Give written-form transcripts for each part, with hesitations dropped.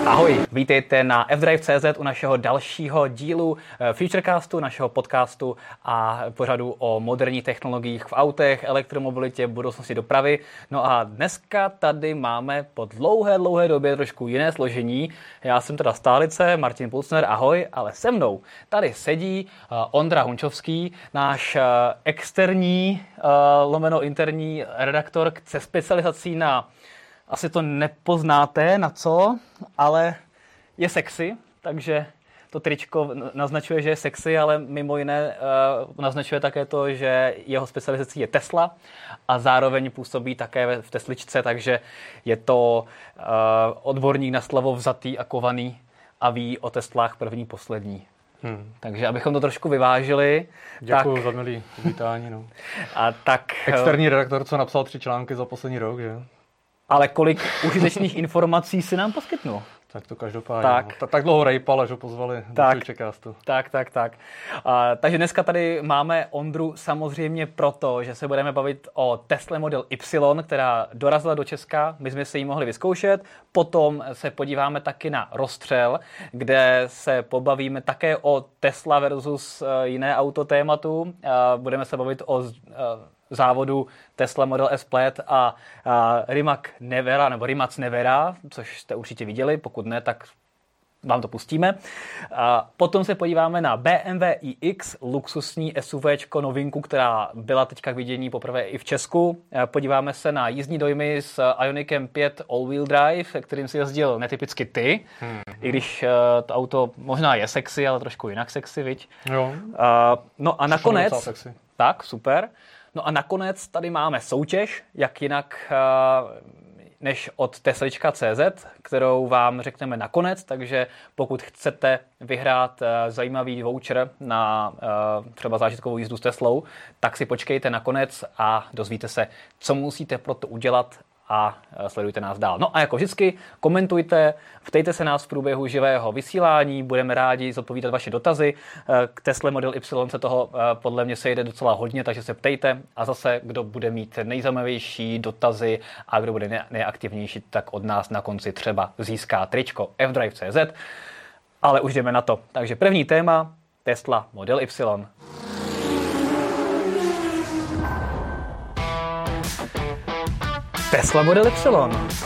Ahoj, vítejte na fdrive.cz u našeho dalšího dílu Futurecastu, našeho podcastu a pořadu o moderních technologiích v autech, elektromobilitě, budoucnosti dopravy. No a dneska tady máme po dlouhé době trošku jiné složení. Já jsem teda stálice, Martin Pulsner, ahoj, ale se mnou tady sedí Ondra Hunčovský, náš externí lomeno interní redaktor se specializací na... Asi to nepoznáte, na co, ale je sexy, takže to tričko naznačuje, že je sexy, ale mimo jiné naznačuje také to, že jeho specializací je Tesla a zároveň působí také v Tesličce, takže je to odborník na slovo vzatý a kovaný a ví o Teslách první, poslední. Takže abychom to trošku vyvážili. Děkuju za milý uvítání. No. A tak, externí redaktor, co napsal 3 články za poslední rok, že? Ale kolik užitečných informací si nám poskytnul? Tak to každopádně. Tak dlouho rejpal, až ho pozvali do Futurecastu. Tak. Takže dneska tady máme Ondru samozřejmě proto, že se budeme bavit o Tesla Model Y, která dorazila do Česka. My jsme si ji mohli vyzkoušet. Potom se podíváme taky na rozstřel, kde se pobavíme také o Tesla versus jiné auto tématu. Budeme se bavit o závodu Tesla Model S Plaid a Rimac Nevera, což jste určitě viděli, pokud ne, tak vám to pustíme. Potom se podíváme na BMW iX, luxusní SUVčko, novinku, která byla teďka k vidění poprvé i v Česku. Podíváme se na jízdní dojmy s Ionicem 5 all-wheel drive, kterým si jezdil netypicky ty, i když to auto možná je sexy, ale trošku jinak sexy, viď? Jo. No a nakonec... Tak, super. No a nakonec tady máme soutěž, jak jinak než od Teslička.cz, kterou vám řekneme nakonec, takže pokud chcete vyhrát zajímavý voucher na třeba zážitkovou jízdu s Teslou, tak si počkejte nakonec a dozvíte se, co musíte pro to udělat a sledujte nás dál. No a jako vždycky komentujte, ptejte se nás v průběhu živého vysílání, budeme rádi zodpovídat vaše dotazy. K Tesla Model Y se toho podle mě sejde docela hodně, takže se ptejte a zase, kdo bude mít nejzajímavější dotazy a kdo bude nejaktivnější, tak od nás na konci třeba získá tričko fdrive.cz. Ale už jdeme na to. Takže první téma, Tesla Model Y. Tesla Model Y.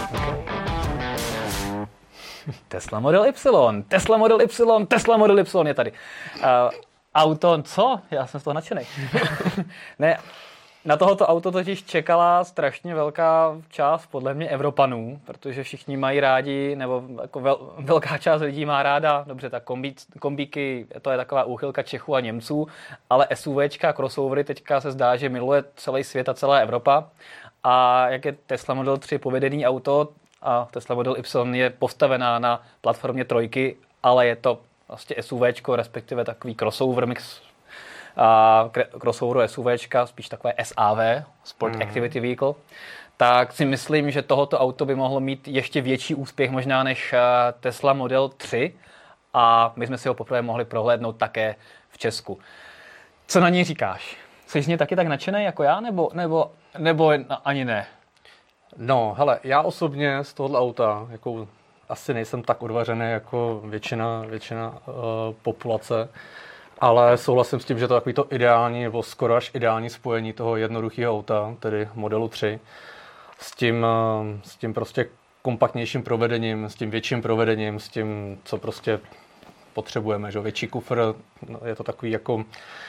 Tesla Model Y. Tesla Model Y. Tesla Model Y je tady. Auto, co? Já jsem z toho nadšenej. Ne, na tohoto auto totiž čekala strašně velká část podle mě Evropanů, protože všichni mají rádi, nebo jako velká část lidí má ráda, dobře, tak kombíky, to je taková úchylka Čechů a Němců, ale SUVčka, crossovery teďka se zdá, že miluje celý svět a celá Evropa. A jak je Tesla Model 3 povedený auto a Tesla Model Y je postavená na platformě 3, ale je to vlastně SUVčko, respektive takový crossover mix crossoveru SUVčka, spíš takové SAV, Sport Activity Vehicle, tak si myslím, že tohoto auto by mohlo mít ještě větší úspěch možná než Tesla Model 3 a my jsme si ho poprvé mohli prohlédnout také v Česku. Co na něj říkáš? Jsi z něj taky tak nadšený jako já, nebo ani ne? No, hele, já osobně z tohoto auta jako asi nejsem tak odvařený jako většina populace, ale souhlasím s tím, že to je takový to ideální nebo skoro až ideální spojení toho jednoduchého auta, tedy modelu 3, s tím prostě kompaktnějším provedením, s tím větším provedením, s tím, co prostě potřebujeme, že větší kufr, je to takový jako...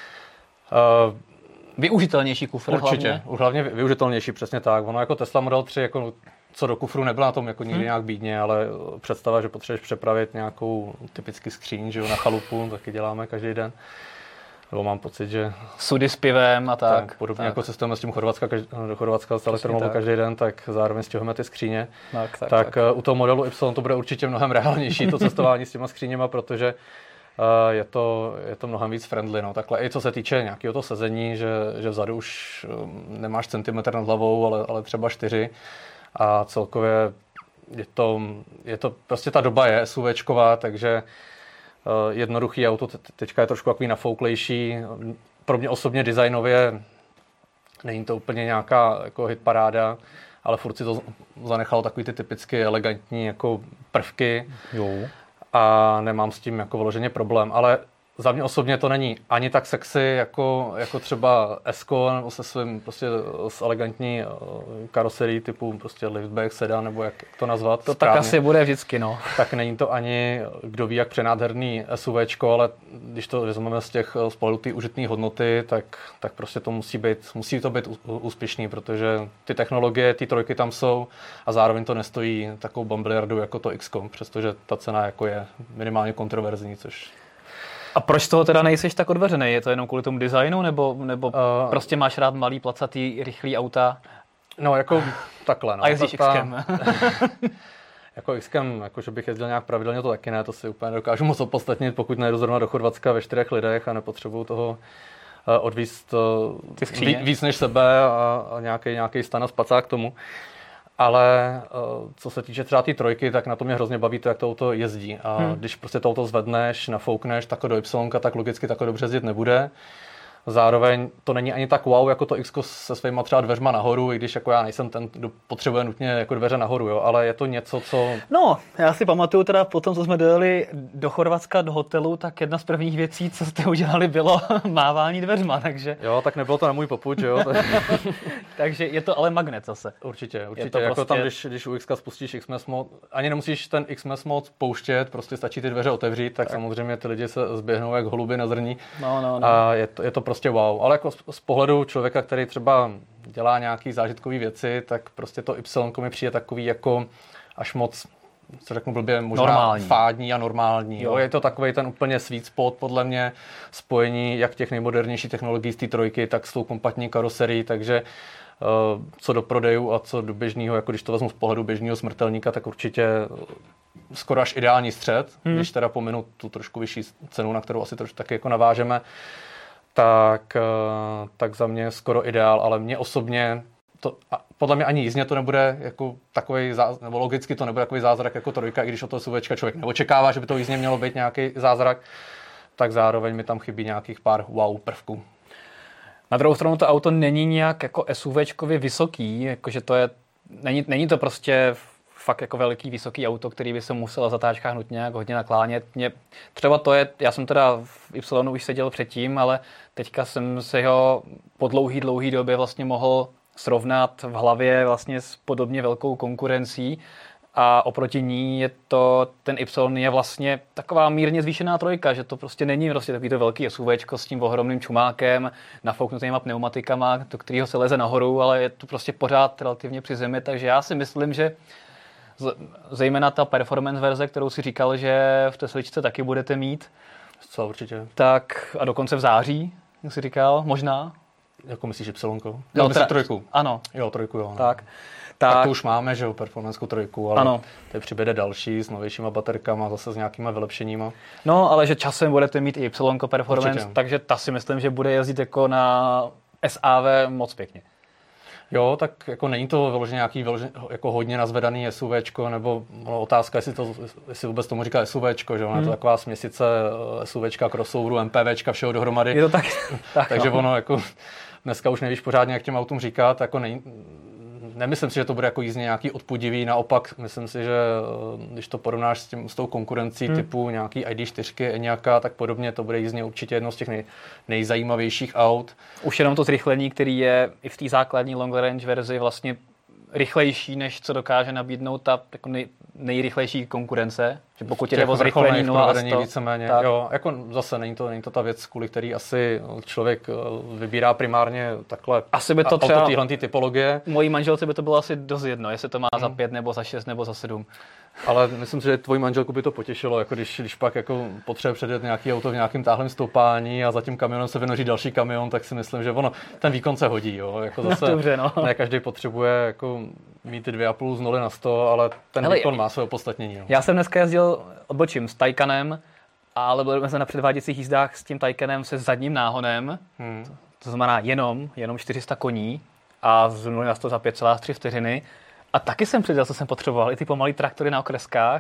Využitelnější kufr. Určitě, hlavně využitelnější, přesně tak. Ono jako Tesla Model 3, jako co do kufru nebyla na tom jako nikdy nějak bídně, ale představa, že potřebuješ přepravit nějakou typický skříň, že jo, na chalupu, taky děláme každý den. Nebo mám pocit, že... Sudy s pivem a tak. Podobně jako cestujeme s tím do Chorvatska s elektromobilem každý den, tak zároveň stěhujeme ty skříně. Tak u toho modelu Y to bude určitě mnohem reálnější, to cestování s těma skříněma, protože je to mnohem víc friendly. No. Takhle i co se týče nějakého to sezení, že vzadu už nemáš centimetr nad hlavou, ale třeba 4. A celkově je to prostě ta doba je SUVčková, takže jednoduchý auto teďka je trošku takový nafouklejší. Pro mě osobně designově není to úplně nějaká jako hitparáda, ale furt si to zanechalo takový ty typicky elegantní jako prvky. Jo. A nemám s tím jako vyloženě problém, ale za mě osobně to není ani tak sexy jako třeba S-ko nebo se svým prostě s elegantní karoserií typu prostě liftback, sedan nebo jak to nazvat. To správně. Tak asi bude vždycky, no. Tak není to ani kdo ví jak přenádherný SUVčko, ale když to vezmeme z těch z pohledu té užitné hodnoty, tak prostě to musí to být úspěšný, protože ty technologie, ty trojky tam jsou a zároveň to nestojí takovou bambiliardu jako to X-ko, přestože ta cena jako je minimálně kontroverzní, což... A proč z toho teda nejseš tak odveřený? Je to jenom kvůli tomu designu, nebo prostě máš rád malý, placatý, rychlý auta? No, jako takhle. No. A jezdíš X-kem. Jako X-kem, jako že bych jezdil nějak pravidelně, to taky ne, to si úplně dokážu moc opodstatnit, pokud nejdu zrovna do Chorvatska ve 4 lidech a nepotřebuju toho odvízt víc než sebe a nějaký stan a spacák k tomu. Ale co se týče třeba té trojky, tak na to mě hrozně baví to, jak to auto jezdí. A když prostě to auto zvedneš, nafoukneš, tak do Y, tak logicky tak dobře jezdit nebude. Zároveň to není ani tak wow, jako to X se svýma třeba dveřma nahoru, i když jako já nejsem ten, kdo potřebuje nutně jako dveře nahoru, jo, ale je to něco, co... No, já si pamatuju teda potom, co jsme dojeli do Chorvatska, do hotelu, tak jedna z prvních věcí, co jste udělali, bylo mávání dveřma, takže... Jo, tak nebylo to na můj popud, jo. Takže je to ale magnet zase. Určitě. Jako prostě... tam, když u X spustíš XMS mod, ani nemusíš ten XMS mod pouštět, prostě stačí ty dveře otevřít, tak samozřejmě ty lidi se zběhnou jak holuby na zrní. No. A je to prostě wow. Ale jako z pohledu člověka, který třeba dělá nějaký zážitkový věci, tak prostě to Y mi přijde takový jako až moc, co řeknu blbě, možná normální. Fádní a normální. Jo. Je to takovej ten úplně sweet spot, podle mě, spojení jak těch nejmodernějších technologií z té trojky, tak s tou kompaktní karoserií, takže co do prodejů a co do běžného, jako když to vezmu z pohledu běžného smrtelníka, tak určitě skoro až ideální střed, když teda pominu tu trošku vyšší cenu, na kterou asi trošku taky jako navážeme, tak za mě skoro ideál, ale mě osobně podle mě ani jízdně to nebude jako takový, nebo logicky to nebude takový zázrak jako trojka, i když od toho SUVčka člověk neočekává, že by to jízdně mělo být nějaký zázrak, tak zároveň mi tam chybí nějakých pár wow prvků. Na druhou stranu to auto není nějak jako SUVčkově vysoký, jakože to je, není to prostě fakt jako velký, vysoký auto, který by se musel v zatáčkách nutně nějak hodně naklánět. Třeba to je, já jsem teda v Y už seděl předtím, ale teďka jsem se ho po dlouhý době vlastně mohl srovnat v hlavě vlastně s podobně velkou konkurencí a oproti ní je to, ten Y je vlastně taková mírně zvýšená trojka, že to prostě není prostě takovýto velký SUVčko s tím ohromným čumákem, nafouknutýma pneumatikama, do kterého se leze nahoru, ale je to prostě pořád relativně při zemi, takže já si myslím, že zejména ta performance verze, kterou si říkal, že v Tesličce taky budete mít. Co určitě. Tak a dokonce v září, jak jsi říkal, možná. Jako myslíš Y? No, myslíš trojku? Ano. Jo, trojku, jo. No. Tak to už máme, že jo, performanceu trojku, ale teď přibude další s novějšíma baterkama, zase s nějakýma vylepšeníma. No, ale že časem budete mít i Y performance, určitě. Takže ta si myslím, že bude jezdit jako na SAV moc pěkně. Jo, tak jako není to vyloženě nějaký jako hodně nazvedaný SUVčko, nebo otázka, jestli vůbec tomu říká SUVčko, že ono je to taková směsice SUVčka, crossoveru, MPVčka, všeho dohromady. Je to tak. Takže ono jako dneska už nevíš pořádně, jak těm autům říkat, jako nemyslím si, že to bude jako jízdně nějaký odpudivý, naopak myslím si, že když to porovnáš s tou konkurencí typu nějaký ID4, Enyaq, tak podobně to bude jízdně určitě jedno z těch nejzajímavějších aut. Už jenom to zrychlení, který je i v té základní long range verzi vlastně rychlejší, než co dokáže nabídnout ta jako nejrychlejší konkurence. Že pokud jde o zrychlení 0 a 100, víceméně. Jo, jako zase není to ta věc, kvůli který asi člověk vybírá primárně takhle asi by to třeba, auto téhle typologie. Mojí manželce by to bylo asi dost jedno, jestli to má za 5 nebo za 6 nebo za 7. Ale myslím si, že tvoji manželku by to potěšilo, jako když pak jako potřebuje předjet nějaký auto v nějakém táhlém stoupání a za tím kamionem se vynoří další kamion, tak si myslím, že ten výkon se hodí, jo. Jako zase dobře, no. Ne každý potřebuje jako mít ty 2,5 z 0 na 100, ale ten výkon má své opodstatnění. No. Já jsem dneska jezdil, odbočím, s Taycanem, ale byli jsme na předváděcích jízdách s tím Taycanem se zadním náhonem, to znamená jenom 400 koní a z 0 na 100 za 5,3 vteřiny. A taky jsem přidal, co jsem potřeboval, i ty pomalý traktory na okreskách.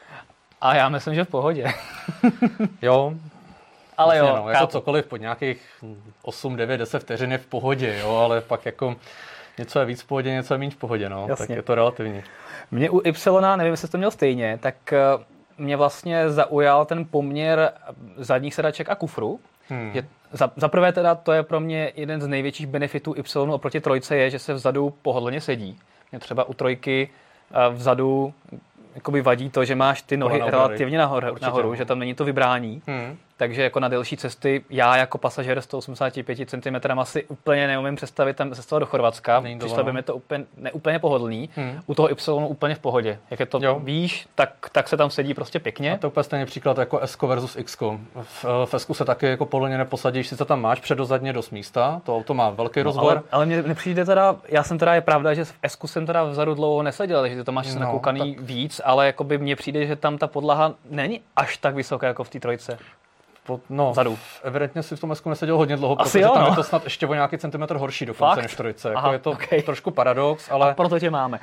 A já myslím, že v pohodě. Jo. Ale vlastně, jo. Jako cokoliv pod nějakých 8, 9, 10 vteřin je v pohodě, jo, ale pak jako Něco je víc v pohodě, něco je méně v pohodě, no. Tak je to relativní. Mě u Y, nevím, jestli to měl stejně, tak mě vlastně zaujal ten poměr zadních sedaček a kufru. Za prvé teda to je pro mě jeden z největších benefitů Y oproti trojce je, že se vzadu pohodlně sedí. Mě třeba u trojky vzadu jakoby vadí to, že máš ty nohy relativně nahoru, že tam není to vybrání. Takže jako na delší cesty já jako pasažér 185 cm asi úplně neumím představit tam cestovat do Chorvatska. Přišlo by mi to úplně pohodlný. U toho Y úplně v pohodě. Jak je to víš, tak se tam sedí prostě pěkně. A to úplně stejný příklad jako S versus X. V S se taky jako pohodlně neposadíš, sice tam máš předozadně dost místa, to auto má velký rozvor. Ale mně nepřijde teda, je pravda, že v S jsem teda vzadu dlouho neseděl, takže to máš nakoukaný víc, ale jakoby mně přijde, že tam ta podlaha není až tak vysoká jako v té trojce. Vzadu. Evidentně si v tom S neseděl hodně dlouho, protože tam je to snad ještě o nějaký centimetr horší dokonce než trojce. Jako je to trošku paradox, ale... A proto tě máme.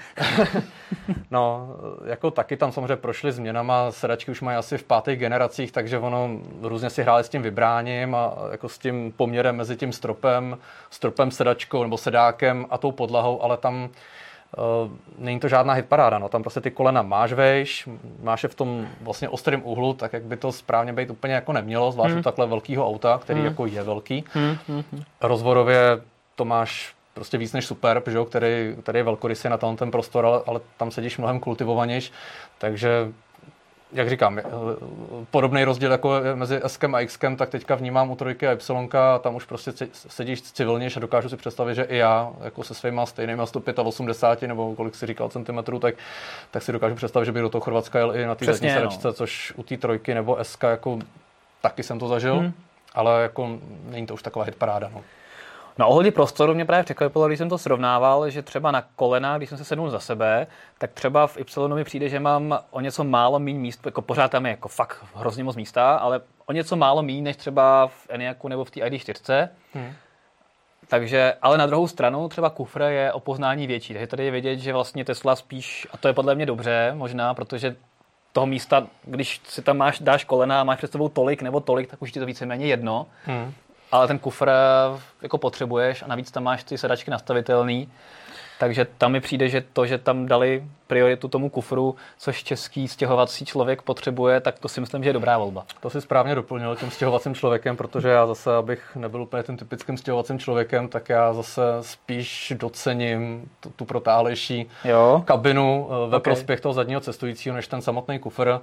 Jako taky tam samozřejmě prošly změnama, sedačky už mají asi v 5. generacích, takže ono různě si hráli s tím vybráním a jako s tím poměrem mezi tím stropem sedačkou nebo sedákem a tou podlahou, ale tam není to žádná hitparáda, no. Tam prostě ty kolena máš vejš, máš je v tom vlastně ostrém úhlu, tak jak by to správně být úplně jako nemělo, zvlášť u takhle velkého auta, který jako je velký. Rozvorově to máš prostě víc než Superb, že jo, který je velkorysý na ten prostor, ale tam sedíš mnohem kultivovanější, takže jak říkám, podobný rozdíl jako mezi S-kem a X-kem, tak teďka vnímám u trojky a Y, tam už prostě sedíš civilnější a dokážu si představit, že i já, jako se svýma stejnýma 185 nebo kolik si říkal centimetrů, tak si dokážu představit, že bych do toho Chorvatska jel i na té zadní sedačce, což u té trojky nebo S-ka jako taky jsem to zažil, ale jako není to už taková hitparáda, no. Na ohledě prostoru mě právě překvapilo, když jsem to srovnával, že třeba na kolena, když jsem se sednul za sebe, tak třeba v Y mi přijde, že mám o něco málo méně míst, jako pořád tam je jako fakt hrozně moc místa, ale o něco málo méně než třeba v Enyaqu nebo v té ID4. Takže, ale na druhou stranu třeba kufr je o poznání větší, takže tady je vidět, že vlastně Tesla spíš, a to je podle mě dobře možná, protože toho místa, když si tam dáš kolena a máš před sebou tolik nebo tolik, tak už ti to víceméně jedno. Ale ten kufr jako potřebuješ a navíc tam máš ty sedačky nastavitelný. Takže tam mi přijde, že to, že tam dali prioritu tomu kufru, což český stěhovací člověk potřebuje, tak to si myslím, že je dobrá volba. To si správně doplnil tím stěhovacím člověkem, protože já zase, abych nebyl úplně tím typickým stěhovacím člověkem, tak já zase spíš docením tu protáhlejší kabinu ve prospěch toho zadního cestujícího, než ten samotný kufr.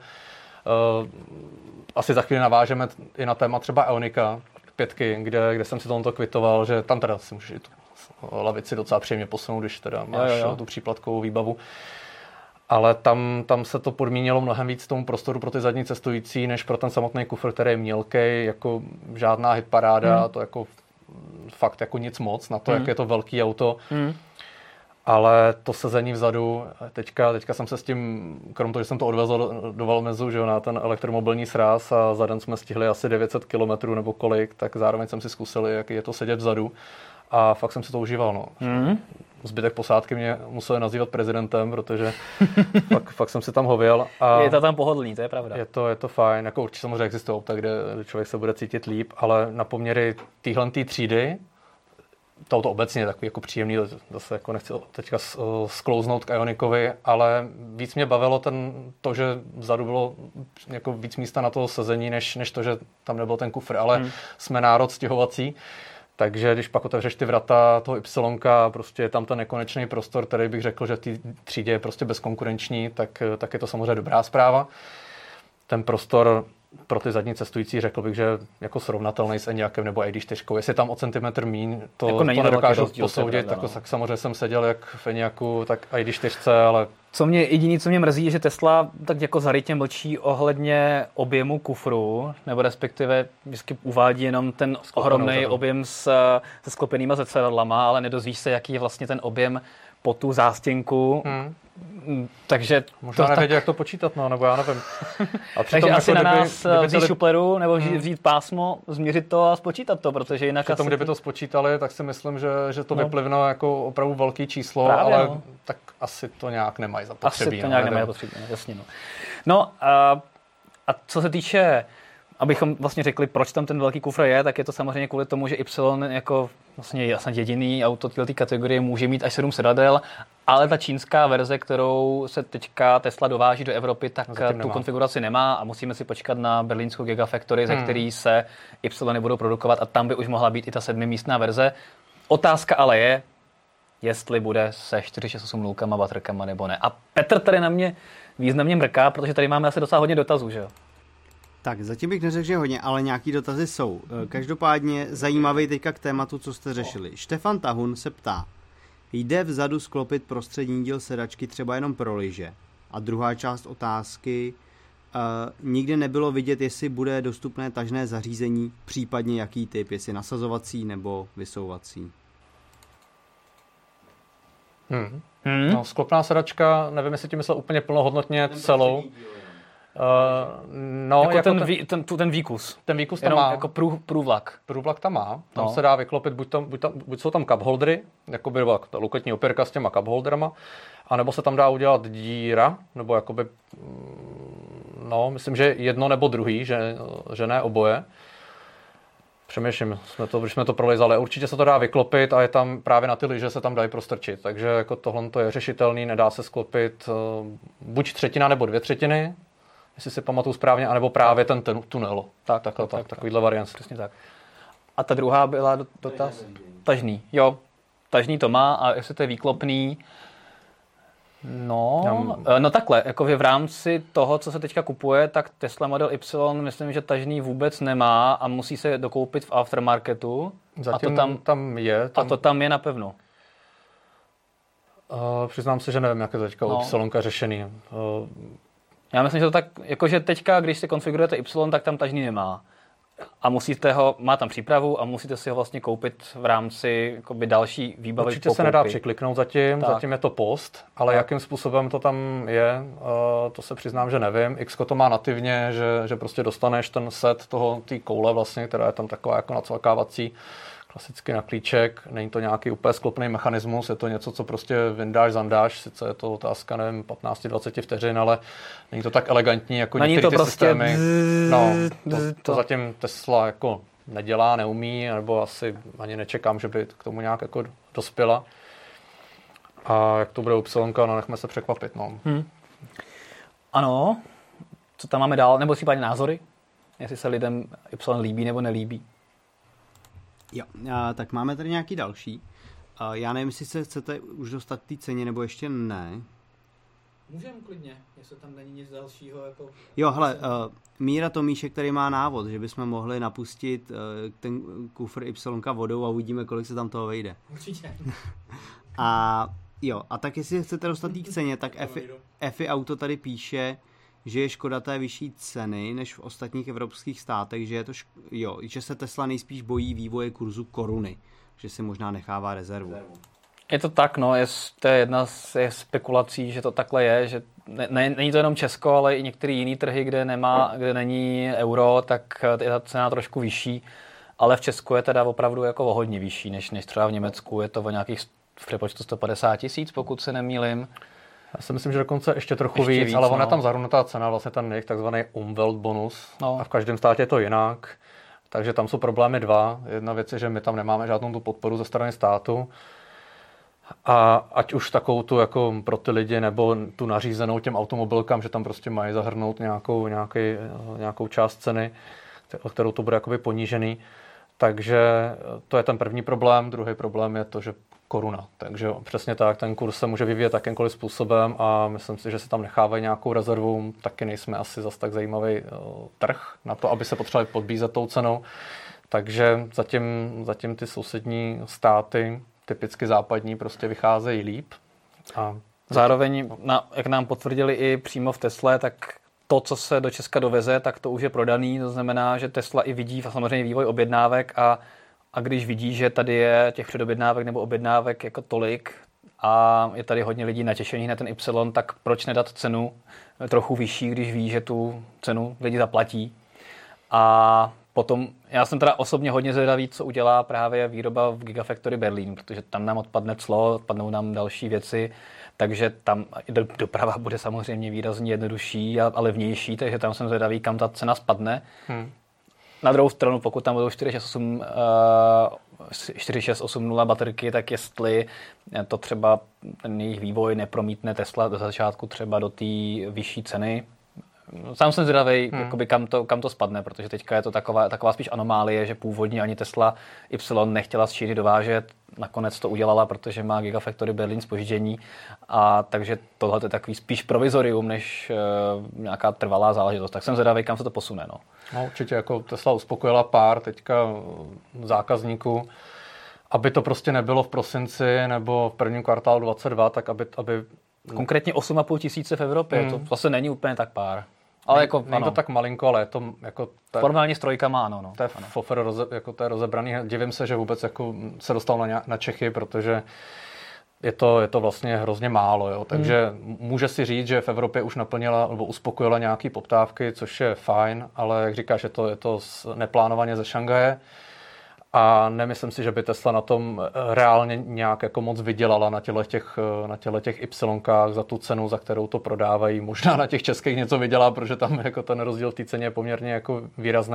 Asi za chvíli navážeme i na téma třeba Eonika 5, kde jsem si tohoto kvitoval, že tam teda si můžeš lavici docela příjemně posunout, když teda máš tu příplatkovou výbavu. Ale tam se to podmínilo mnohem víc tomu prostoru pro ty zadní cestující, než pro ten samotný kufr, který je mělkej, jako žádná hitparáda, to jako fakt jako nic moc na to, jak je to velký auto. Ale to sezení vzadu, teďka jsem se s tím, krom toho, že jsem to odvezl do Valmezu, že jo, na ten elektromobilní sráz a za den jsme stihli asi 900 km nebo kolik, tak zároveň jsem si zkusil, jak je to sedět vzadu a fakt jsem si to užíval, no. Zbytek posádky mě museli nazývat prezidentem, protože fakt jsem si tam hověl. A je to tam pohodlný, to je pravda. Je to fajn, jako určitě samozřejmě existují auta, kde člověk se bude cítit líp, ale na poměry téhletý třídy, to auto obecně je takový jako příjemný, zase jako nechci teďka sklouznout k Ionikovi, ale víc mě bavilo to, že vzadu bylo jako víc místa na to sezení, než to, že tam nebyl ten kufr, ale jsme národ stěhovací, takže když pak otevřeš ty vrata toho Y, prostě je tam ten nekonečný prostor, který bych řekl, že v té třídě je prostě bezkonkurenční, tak je to samozřejmě dobrá zpráva. Ten prostor pro ty zadní cestující řekl bych, že jako srovnatelný s Enyaqem nebo ID4. Jestli tam o centimetr míň, to, jako to nedokážu posoudit. Tak samozřejmě jsem seděl jak v Enyaqu, tak ID4, ale... Jediný, co mě mrzí, je, že Tesla tak jako zarytě mlčí ohledně objemu kufru, nebo respektive vždycky uvádí jenom ten ohromný objem se sklopenýma zrcadlama, ale nedozvíš se, jaký je vlastně ten objem po tu zástěnku. Takže možná nevědět, jak to počítat, no, nebo já nevím. A takže jako asi na nás vzít šupleru, nebo vzít pásmo, změřit to a spočítat to, protože jinak asi... kdyby to spočítali, tak si myslím, že to vyplivne jako opravdu velký číslo, právě, ale tak asi to nějak nemají zapotřebí. Asi to nějak nemají zapotřebí, jasně. No a co se týče abychom vlastně řekli, proč tam ten velký kufr je, tak je to samozřejmě kvůli tomu, že Y jako vlastně jediný auto této kategorie může mít až 7 sedadel, ale ta čínská verze, kterou se teďka Tesla dováží do Evropy, tak tu konfiguraci nemá a musíme si počkat na berlínskou Gigafactory, ze který se Y nebudou produkovat a tam by už mohla být i ta 7místná verze. Otázka ale je, jestli bude se 4680 baterkama nebo ne. A Petr tady na mě významně mrká, protože tady máme asi docela hodně dotazů, že jo? Tak, zatím bych neřekl, že hodně, ale nějaký dotazy jsou. Každopádně zajímavý teďka k tématu, co jste řešili. Štefan Tahun se ptá, jde vzadu sklopit prostřední díl sedačky třeba jenom pro lyže? A druhá část otázky, nikdy nebylo vidět, jestli bude dostupné tažné zařízení, případně jaký typ, jestli nasazovací nebo vysouvací. No, sklopná sedačka, nevím, jestli tím myslel úplně plnohodnotně celou. No, jako ten výkus. Ten výkus tam má. Jako průvlak. Průvlak tam má. Tam se dá vyklopit, buď jsou tam cup holdery, jakoby ta luketní opěrka s těma cup holderama, anebo se tam dá udělat díra, nebo jakoby, no, myslím, že jedno nebo druhý, že ne oboje. Přemýšlím, když jsme to prolezali. Určitě se to dá vyklopit a je tam právě na ty lyže se tam dají prostrčit. Takže jako tohle to je řešitelný, nedá se sklopit buď 1/3 nebo 2/3, jestli si pamatuju správně, anebo právě ten tunel. Takovýhle variant. Přesně tak. A ta druhá byla dotaz? Tažný. Jo, tažný to má a jestli to je výklopný. No takhle, jako v rámci toho, co se teďka kupuje, tak Tesla Model Y myslím, že tažný vůbec nemá a musí se dokoupit v aftermarketu. Zatím a to tam je. A to tam je napevno. Přiznám se, že nevím, jak je teďka u Y řešený. Já myslím, že to tak, jakože teďka, když si konfigurujete Y, tak tam tažný nemá. A má tam přípravu a musíte si ho vlastně koupit v rámci jakoby další výbavy. Určitě se nedá přikliknout zatím je to post, ale jakým způsobem to tam je, to se přiznám, že nevím. Xko to má nativně, že prostě dostaneš ten set té koule vlastně, která je tam taková jako nacvakávací, klasicky na klíček, není to nějaký úplně sklopný mechanismus, je to něco, co prostě vyndáš, zandáš, sice je to otázka, nevím, 15-20 vteřin, ale není to tak elegantní jako některé ty prostě systémy. To zatím Tesla jako nedělá, neumí, nebo asi ani nečekám, že by k tomu nějak jako dospěla. A jak to bude u Y, no nechme se překvapit. No. Ano, co tam máme dál, nebo případně názory, jestli se lidem Y líbí nebo nelíbí. Jo, tak máme tady nějaký další. Já nevím, jestli se chcete už dostat k té ceně, nebo ještě ne. Můžeme klidně, jestli tam není nic dalšího. Jako... Jo, hele, Míra Tomíšek tady má návod, že bychom mohli napustit ten kufr Y vodou a uvidíme, kolik se tam toho vejde. Určitě. A tak jestli chcete dostat k ceně, tak EFI Auto tady píše, že je Škoda té vyšší ceny než v ostatních evropských státech, že je to že se Tesla nejspíš bojí vývoje kurzu koruny, že si možná nechává rezervu. Je to tak, no, to je jedna z spekulací, že to takhle je, že není to jenom Česko, ale i některé jiné trhy, kde není euro, tak je ta cena trošku vyšší, ale v Česku je teda opravdu jako o hodně vyšší, než třeba v Německu, je to o nějakých v přepočtu 150 000, pokud se nemýlim. Já si myslím, že dokonce ještě trochu víc, ale ona je tam zahrnutá cena, vlastně ten jejich takzvaný Umweltbonus a v každém státě je to jinak, takže tam jsou problémy dva. Jedna věc je, že my tam nemáme žádnou tu podporu ze strany státu a ať už takovou tu jako pro ty lidi nebo tu nařízenou těm automobilkám, že tam prostě mají zahrnout nějakou část ceny, kterou to bude jakoby ponížený. Takže to je ten první problém. Druhý problém je to, že koruna. Takže přesně tak, ten kurz se může vyvíjet jakýmkoliv způsobem a myslím si, že se tam nechávají nějakou rezervu. Taky nejsme asi zas tak zajímavý trh na to, aby se potřebovali podbízet tou cenou. Takže zatím ty sousední státy, typicky západní, prostě vycházejí líp. A zároveň, jak nám potvrdili i přímo v Tesle, tak to, co se do Česka doveze, tak to už je prodaný. To znamená, že Tesla i vidí samozřejmě vývoj objednávek a když vidí, že tady je těch předobjednávek nebo objednávek jako tolik a je tady hodně lidí natěšených na ten Y, tak proč nedat cenu trochu vyšší, když ví, že tu cenu lidi zaplatí. A potom, já jsem teda osobně hodně zvědavý, co udělá právě výroba v Gigafactory Berlín, protože tam nám odpadne clo, odpadnou nám další věci, takže tam doprava bude samozřejmě výrazně jednodušší a levnější, takže tam jsem zvědavý, kam ta cena spadne. Na druhou stranu, pokud tam budou 4680 baterky, tak jestli to třeba ten jejich vývoj nepromítne Tesla do začátku třeba do té vyšší ceny. Sám jsem zvědavý, kam to spadne, protože teďka je to taková spíš anomálie, že původně ani Tesla Y nechtěla z Číny dovážet, nakonec to udělala, protože má Gigafactory Berlín zpoždění, a takže tohle je takový spíš provizorium, než nějaká trvalá záležitost. Tak jsem zvědavý, kam se to posune. No, určitě jako Tesla uspokojila pár teďka zákazníků, aby to prostě nebylo v prosinci nebo v prvním kvartálu 2022, tak aby konkrétně 8,5 tisíce v Evropě, to zase není úplně tak pár. Ale není to tak malinko, ale je to jako... Formálně s trojkama, ano. To je fofer, jako to je rozebraný. Divím se, že vůbec jako se dostal na Čechy, protože je to vlastně hrozně málo. Jo. Takže může si říct, že v Evropě už naplnila nebo uspokojila nějaký poptávky, což je fajn, ale jak říkáš, je to neplánovaně ze Šanghaje. A nemyslím si, že by Tesla na tom reálně nějak jako moc vydělala na těch Y-kách za tu cenu, za kterou to prodávají. Možná na těch českých něco vydělá, protože tam jako ten rozdíl v té ceně je poměrně jako výrazný,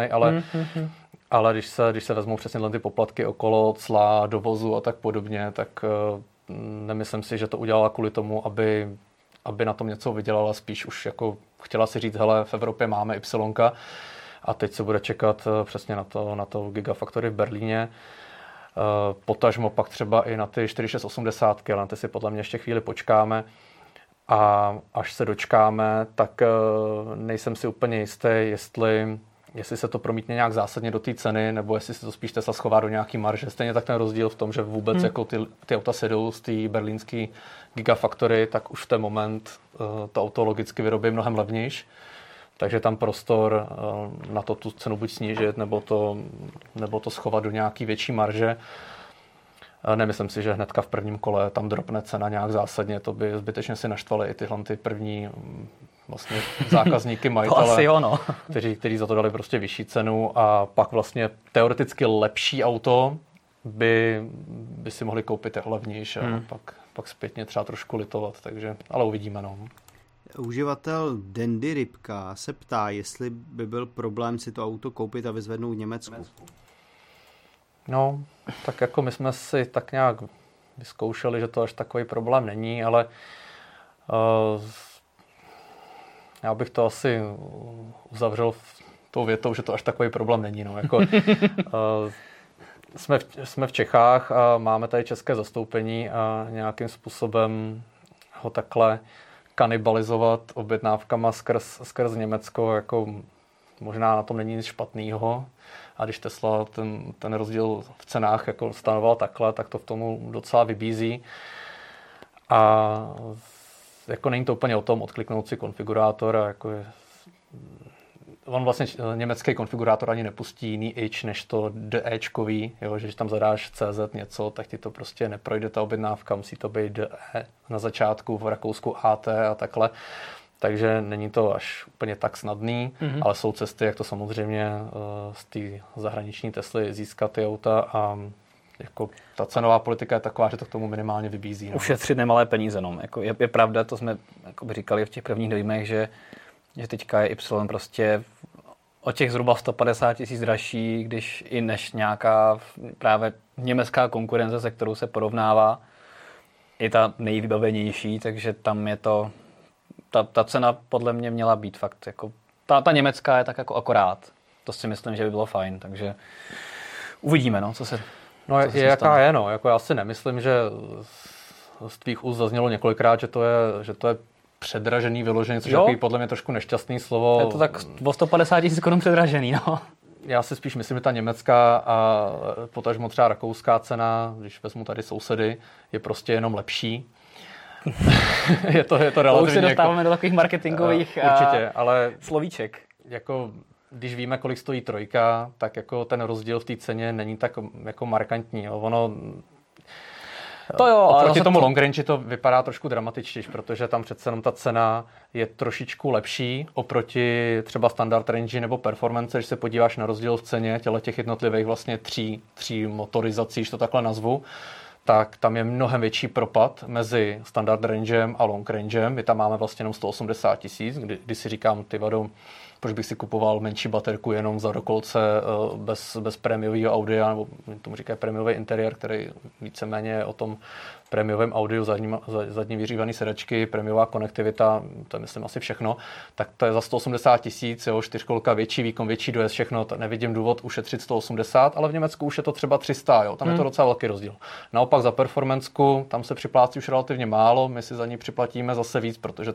ale když se vezmou přesně ty poplatky okolo cla, dovozu a tak podobně, tak nemyslím si, že to udělala kvůli tomu, aby na tom něco vydělala. Spíš už jako chtěla si říct, hele, v Evropě máme Y, a teď se bude čekat přesně na to Gigafactory v Berlíně. Potažmo pak třeba i na ty 4680, ale na ty si podle mě ještě chvíli počkáme. A až se dočkáme, tak nejsem si úplně jistý, jestli se to promítne nějak zásadně do té ceny, nebo jestli se to spíš Tesla schová do nějaký marže. Stejně tak ten rozdíl v tom, že vůbec jako ty auta sedou z té berlínské Gigafactory, tak už v ten moment to auto logicky vyrobí mnohem levnější. Takže tam prostor na to tu cenu buď snížit, nebo to schovat do nějaký větší marže. Nemyslím si, že hnedka v prvním kole tam dropne cena nějak zásadně. To by zbytečně si naštvali i tyhle ty první vlastně zákazníky, majitele, kteří za to dali prostě vyšší cenu, a pak vlastně teoreticky lepší auto by si mohli koupit jako levnější a pak zpětně třeba trošku litovat. Takže, ale uvidíme. No. Uživatel Dandy Rybka se ptá, jestli by byl problém si to auto koupit a vyzvednout v Německu. No, tak jako my jsme si tak nějak vyzkoušeli, že to až takový problém není, ale já bych to asi uzavřel tou větou, že to až takový problém není. No. Jako, jsme v Čechách a máme tady české zastoupení a nějakým způsobem ho takhle kanibalizovat objednávkama skrz Německo, jako možná na tom není nic špatného. A když Tesla ten rozdíl v cenách jako stanoval takhle, tak to v tomu docela vybízí. A jako není to úplně o tom odkliknout si konfigurátor a jako on vlastně německý konfigurátor ani nepustí jiný H než to DE-čkový, jo, že když tam zadáš CZ něco, tak ti to prostě neprojde ta objednávka, musí to být DE na začátku, v Rakousku AT a takhle. Takže není to až úplně tak snadný, ale jsou cesty, jak to samozřejmě z té zahraniční Tesly získat ty auta, a jako ta cenová politika je taková, že to k tomu minimálně vybízí. No. Ušetřit nemalé peníze. No. Jako je pravda, to jsme jako by říkali v těch prvních dojmech, že teďka je Y prostě o těch zhruba 150 000 dražší, když i než nějaká právě německá konkurence, se kterou se porovnává, je ta nejvybavenější, takže tam je to, ta cena podle mě měla být fakt jako, ta německá je tak jako akorát. To si myslím, že by bylo fajn, takže uvidíme, no, co se jaká je, no, jako já si nemyslím, že z tvých úst zaznělo několikrát, že to je předražený vyložený, což je podle mě trošku nešťastný slovo. Je to tak o 150 000 korun předražený, no. Já si spíš myslím, že ta německá a potažmo třeba rakouská cena, když vezmu tady sousedy, je prostě jenom lepší. je to relativně... Už se dostáváme do takových marketingových určitě, ale slovíček. Jako, když víme, kolik stojí trojka, tak jako ten rozdíl v té ceně není tak jako markantní. Jo. Ono... To jo, oproti tomu long range to vypadá trošku dramatičtější, protože tam přece jenom ta cena je trošičku lepší oproti třeba standard range nebo performance, když se podíváš na rozdíl v ceně těch jednotlivých vlastně tří motorizací, když to takhle nazvu, tak tam je mnohem větší propad mezi standard rangem a long rangem. My tam máme vlastně jenom 180 000, kdy si říkám, proč bych si kupoval menší baterku jenom za dokolce bez prémiového audia, nebo tomu říkají prémiový interiér, který víceméně je o tom prémiovém audiu, zadní vyřívaný sedačky, prémiová konektivita, to je myslím asi všechno, tak to je za 180 000, čtyřkolka, větší výkon, větší dojezd, všechno, to nevidím důvod ušetřit 180, ale v Německu už je to třeba 300, jo, tam je to docela velký rozdíl. Naopak za performanceku, tam se připlácí už relativně málo, my si za ní připlatíme zase víc, protože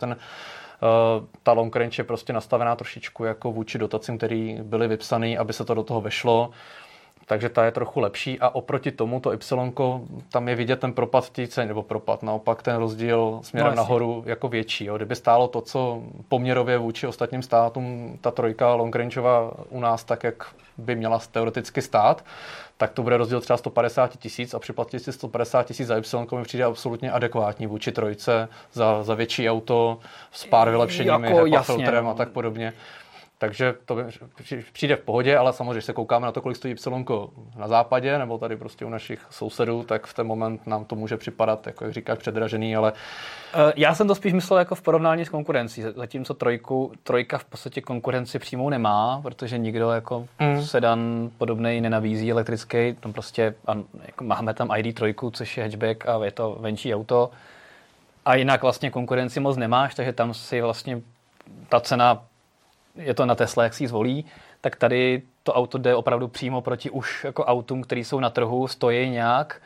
ta long range je prostě nastavená trošičku jako vůči dotacím, které byly vypsané, aby se to do toho vešlo. Takže ta je trochu lepší a oproti tomu to Y, tam je vidět ten propad v té ceně, nebo propad, naopak ten rozdíl směrem nahoru jako větší. Jo. Kdyby stálo to, co poměrově vůči ostatním státům, ta trojka long rangeová u nás tak, jak by měla teoreticky stát, tak to bude rozdíl třeba 150 000 a připlatit si 150 000 za Y mi přijde absolutně adekvátní vůči trojce za větší auto s pár vylepšeními, jako filtrem a tak podobně. Takže to přijde v pohodě, ale samozřejmě, když se koukáme na to, kolik stojí Y na západě, nebo tady prostě u našich sousedů, tak v ten moment nám to může připadat, jako jak říkáš, předražený, ale... Já jsem to spíš myslel jako v porovnání s konkurencí, zatímco trojka v podstatě konkurenci přímou nemá, protože nikdo jako sedan podobnej nenabízí elektrický, tam prostě jako máme tam ID3, což je hatchback a je to venčí auto a jinak vlastně konkurenci moc nemáš, takže tam si vlastně ta cena je to na Tesla, jak si ji zvolí, tak tady to auto jde opravdu přímo proti už jako autům, které jsou na trhu, stojí nějak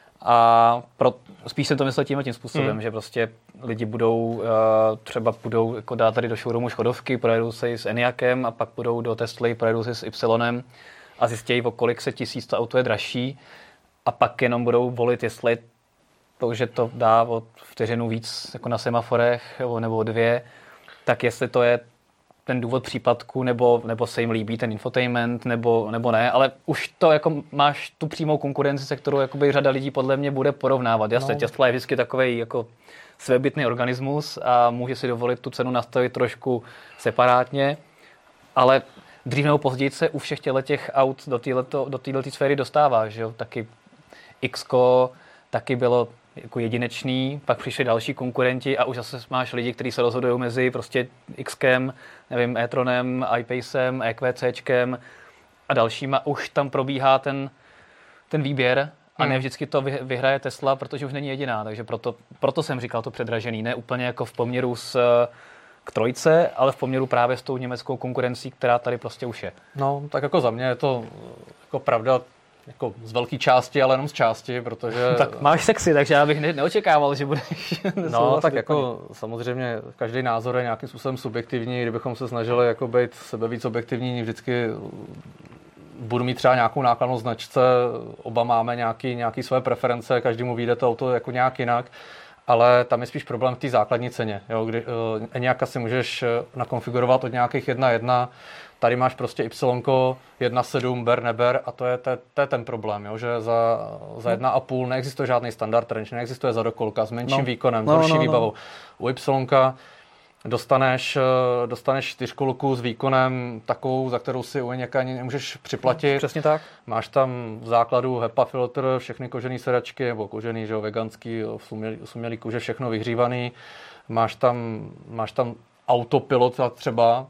a spíš jsem to myslel tím způsobem, že prostě lidi třeba půjdou jako dát tady do showroomu Škodovky, projedou se s Enyaqem a pak půjdou do Tesly, projedou se s Y a zjistějí, o kolik se tisíc to auto je dražší a pak jenom budou volit, jestli to, že to dá o vteřinu víc jako na semaforech nebo 2, tak jestli to je ten důvod příplatku, nebo se jim líbí ten infotainment, nebo ne, ale už to jako máš tu přímou konkurenci, se kterou jakoby řada lidí podle mě bude porovnávat. Jasně, Tesla je vždycky takovej jako svébytný organismus a může si dovolit tu cenu nastavit trošku separátně, ale dřív nebo později se u všech těch aut do této sféry dostává, že jo, taky X-ko taky bylo jako jedinečný, pak přišli další konkurenti a už zase máš lidi, kteří se rozhodují mezi prostě X-kem, nevím, e-tronem, iPacem, EQCčkem a dalšíma. Už tam probíhá ten výběr a ne vždycky to vyhraje Tesla, protože už není jediná, takže proto jsem říkal to předražený, ne úplně jako v poměru k trojce, ale v poměru právě s tou německou konkurencí, která tady prostě už je. No, tak jako za mě je to jako pravda, jako z velké části, ale jenom z části, protože... Tak máš sexy, takže já bych neočekával, že budeš... No, tak jako samozřejmě každý názor je nějakým způsobem subjektivní, kdybychom se snažili jako být sebevíc objektivní, vždycky budu mít třeba nějakou nákladnou značce, oba máme nějaký své preference, každému vyjde to auto jako nějak jinak, ale tam je spíš problém v té základní ceně, jo, kdy Enyaq si můžeš nakonfigurovat od nějakých 1.1, tady máš prostě Y 1.7, ber, neber a to je ten problém, jo, že za 1.5 neexistuje žádný standard range, neexistuje zadokolka s menším výkonem, s horší výbavou. U Y dostaneš čtyřkolku s výkonem takovou, za kterou si u Enyaq ani nemůžeš připlatit. Přesně tak. Máš tam v základu HEPA filtr, všechny kožený sedačky, nebo kožený, že jo, veganský, sumělý kůže, všechno vyhřívaný. Máš tam autopilot třeba.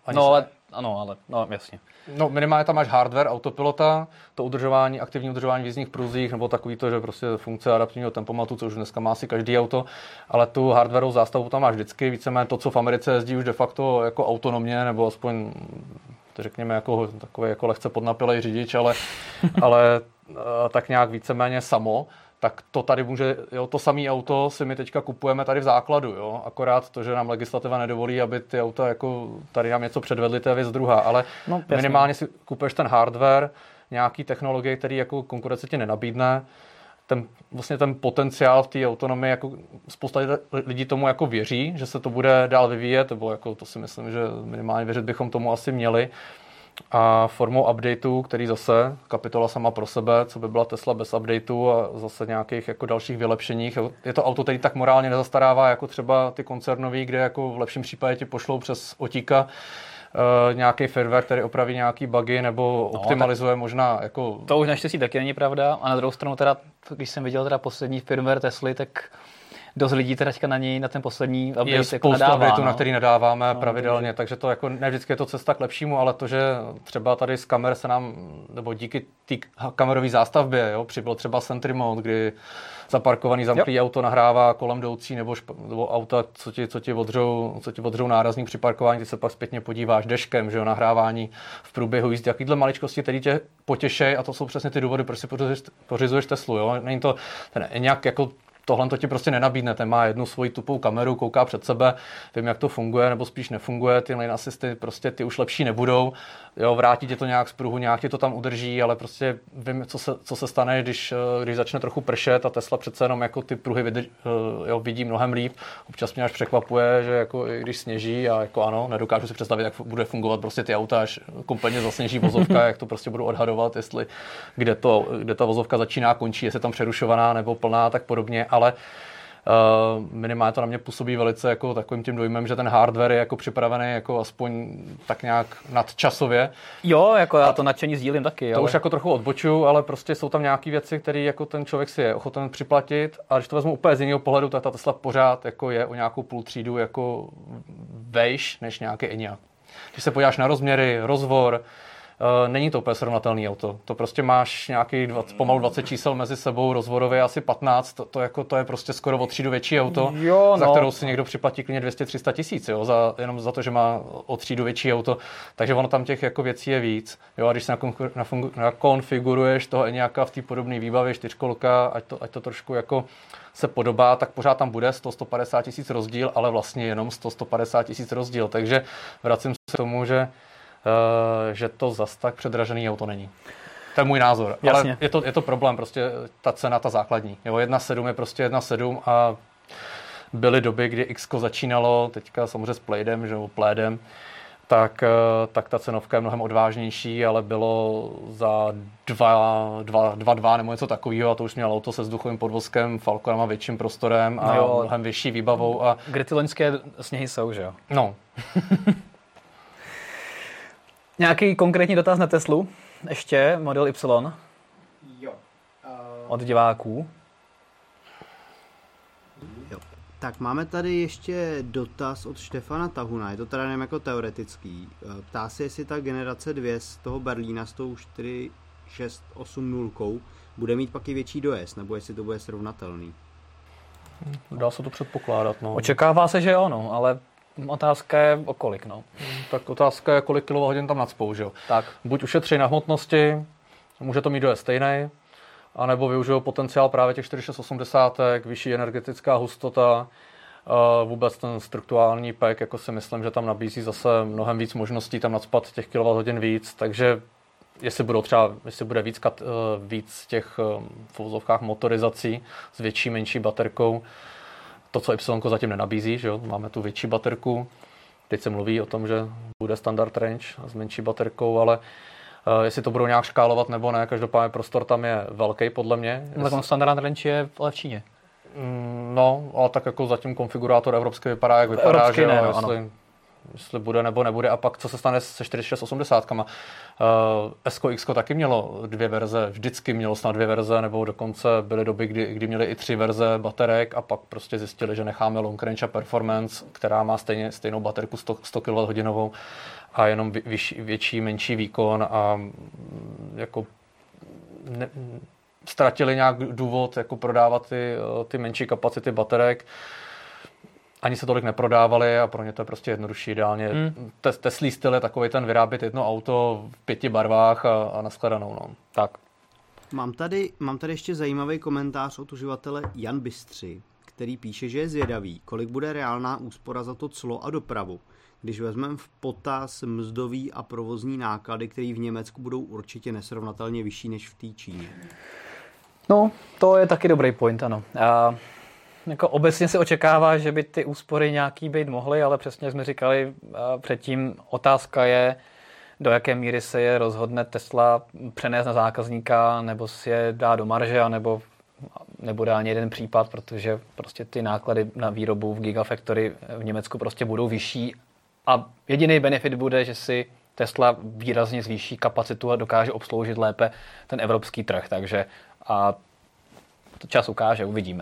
Jasně. No, minimálně tam máš hardware autopilota, to aktivní udržování v jízdních pruzích, nebo takový to, že prostě funkce adaptivního tempomatu, což už dneska má asi každý auto, ale tu hardwareovou zástavu tam máš vždycky, víceméně to, co v Americe jezdí už de facto jako autonomně, nebo aspoň to řekněme jako takový jako lehce podnapilej řidič, ale tak nějak víceméně samo. Tak to tady může, jo, to samé auto si my teďka kupujeme tady v základu, jo, akorát to, že nám legislativa nedovolí, aby ty auta jako tady nám něco předvedly, to je věc druhá, ale minimálně si kupuješ ten hardware, nějaký technologie, který jako konkurence ti nenabídne, ten potenciál v té autonomii, jako spousta lidí tomu jako věří, že se to bude dál vyvíjet, nebo jako to si myslím, že minimálně věřit bychom tomu asi měli. A formou updateu, který zase kapitola sama pro sebe, co by byla Tesla bez updateu a zase nějakých jako dalších vylepšeních. Je to auto, který tak morálně nezastarává jako třeba ty koncernový, kde jako v lepším případě ti pošlou přes otíka nějaký firmware, který opraví nějaký bugy nebo optimalizuje možná jako... To už naštěstí taky není pravda a na druhou stranu teda, když jsem viděl teda poslední firmware Tesly, tak dost lidí teďka na něj, na ten poslední update je jako nadává. Je spousta na který nadáváme pravidelně, takže to jako ne vždycky je to cesta k lepšímu, ale to, že třeba tady z kamer se nám, nebo díky té kamerové zástavbě, jo, přibylo třeba Sentry Mode, kdy zaparkovaný zamklý auto nahrává kolem jdoucí nebo auta, co ti odřou nárazník při parkování, ty se pak zpětně podíváš deškem, že jo, nahrávání v průběhu jízdy, jakýhle maličkosti, které tě potěšej, a to jsou přesně ty důvody, proč si pořizuješ Teslu, jo. Není to ten nějak jako tohle to ti prostě nenabídne, ten má jednu svoji tupou kameru, kouká před sebe, vím, jak to funguje, nebo spíš nefunguje, ty lane assisty prostě ty už lepší nebudou, jo, vrátí tě to nějak z pruhu, nějak tě to tam udrží, ale prostě vím, co se stane, když začne trochu pršet a Tesla přece jenom jako ty pruhy vidí mnohem líp, občas mě až překvapuje, že jako i když sněží a jako ano, nedokážu si představit, jak bude fungovat prostě ty auta, až kompletně zasněží vozovka, jak to prostě budu odhadovat, jestli kde ta vozovka začíná, končí, jestli je tam přerušovaná nebo plná, tak podobně, ale minimálně to na mě působí velice jako takovým tím dojmem, že ten hardware je jako připravený jako aspoň tak nějak nadčasově. Jo, jako já to nadšení sdílím taky. To už jako trochu odbočuju, ale prostě jsou tam nějaké věci, které jako ten člověk si je ochoten připlatit, a když to vezmu úplně z jiného pohledu, tak ta Tesla pořád jako je o nějakou půl třídu jako vejš než nějaký Enyaq. Když se podíváš na rozměry, rozvor, není to úplně srovnatelný auto. To prostě máš nějaký pomalu 20 čísel mezi sebou, rozvorově asi 15, to je prostě skoro o třídu větší auto, za kterou si někdo připlatí klidně 200-300 tisíc, jo, jenom za to, že má o třídu větší auto. Takže ono tam těch jako věcí je víc. Jo, a když se nakonfiguruješ toho Enyaq v té podobné výbavě, 4kolka, ať to trošku jako se podobá, tak pořád tam bude 100-150 tisíc rozdíl, ale vlastně jenom 100-150 tisíc rozdíl. Takže vracím se k tomu, že to zas tak předražený auto není. To je můj názor. Jasně. Ale je to problém, prostě ta cena, ta základní. Jo, 1.7 je prostě 1.7 a byly doby, kdy X-ko začínalo, teďka samozřejmě s Plaidem, že jo, Plaidem, tak ta cenovka je mnohem odvážnější, ale bylo za 2,2 nebo něco takového, a to už mělo auto se vzduchovým podvozkem, Falconem a větším prostorem a mnohem vyšší výbavou. A kde ty loňské sněhy jsou, že jo? No. Nějaký konkrétní dotaz na Teslu? Ještě Model Y? Jo. Od diváků. Jo. Tak máme tady ještě dotaz od Štefana Tahuna, je to teda nevím jako teoretický. Ptá se, jestli ta generace 2 z toho Berlína s tou 4680 bude mít pak i větší dojezd, nebo jestli to bude srovnatelný. Dá se to předpokládat, no. Očekává se, že jo, no, ale otázka je o kolik, no. Tak otázka je, kolik kWh tam nacpou, že jo. Tak. Buď ušetří na hmotnosti, může to mít dojezd stejný, anebo využijou potenciál právě těch 4680, vyšší energetická hustota, vůbec ten strukturální pack, jako si myslím, že tam nabízí zase mnohem víc možností tam nacpat těch kWh víc, takže jestli bude víc těch v uvozovkách motorizací s větší, menší baterkou, to, co Y zatím nenabízí, že jo? Máme tu větší baterku, teď se mluví o tom, že bude standard range s menší baterkou, ale jestli to budou nějak škálovat nebo ne, každopádně prostor tam je velký podle mě. Tak standard range je v Číně. No, ale tak jako zatím konfigurátor evropský vypadá, jak vypadá, evropský, že ne, jo, jestli bude nebo nebude. A pak co se stane se 4680kama. S-ko, X-ko taky mělo 2 verze, vždycky mělo snad 2 verze, nebo dokonce byly doby, kdy měli i 3 verze baterek, a pak prostě zjistili, že necháme long range a performance, která má stejnou baterku 100 kWh a jenom větší, menší výkon, a jako ztratili nějak důvod jako prodávat ty menší kapacity baterek. Ani se tolik neprodávali a pro ně to je prostě jednodušší. Ideálně Teslí styl je takový ten vyrábět jedno auto v 5 barvách a nashledanou. No. Tak. Mám tady ještě zajímavý komentář od uživatele Jan Bystři, který píše, že je zvědavý, kolik bude reálná úspora za to clo a dopravu, když vezmeme v potaz mzdový a provozní náklady, které v Německu budou určitě nesrovnatelně vyšší než v té Číně. No, to je taky dobrý point, ano. Jako obecně se očekává, že by ty úspory nějaký být mohly, ale přesně jsme říkali předtím, otázka je, do jaké míry se je rozhodne Tesla přenést na zákazníka, nebo si je dá do marže, nebo dá ani jeden případ, protože prostě ty náklady na výrobu v Gigafactory v Německu prostě budou vyšší a jediný benefit bude, že si Tesla výrazně zvýší kapacitu a dokáže obsloužit lépe ten evropský trh, takže a to čas ukáže, uvidíme. No.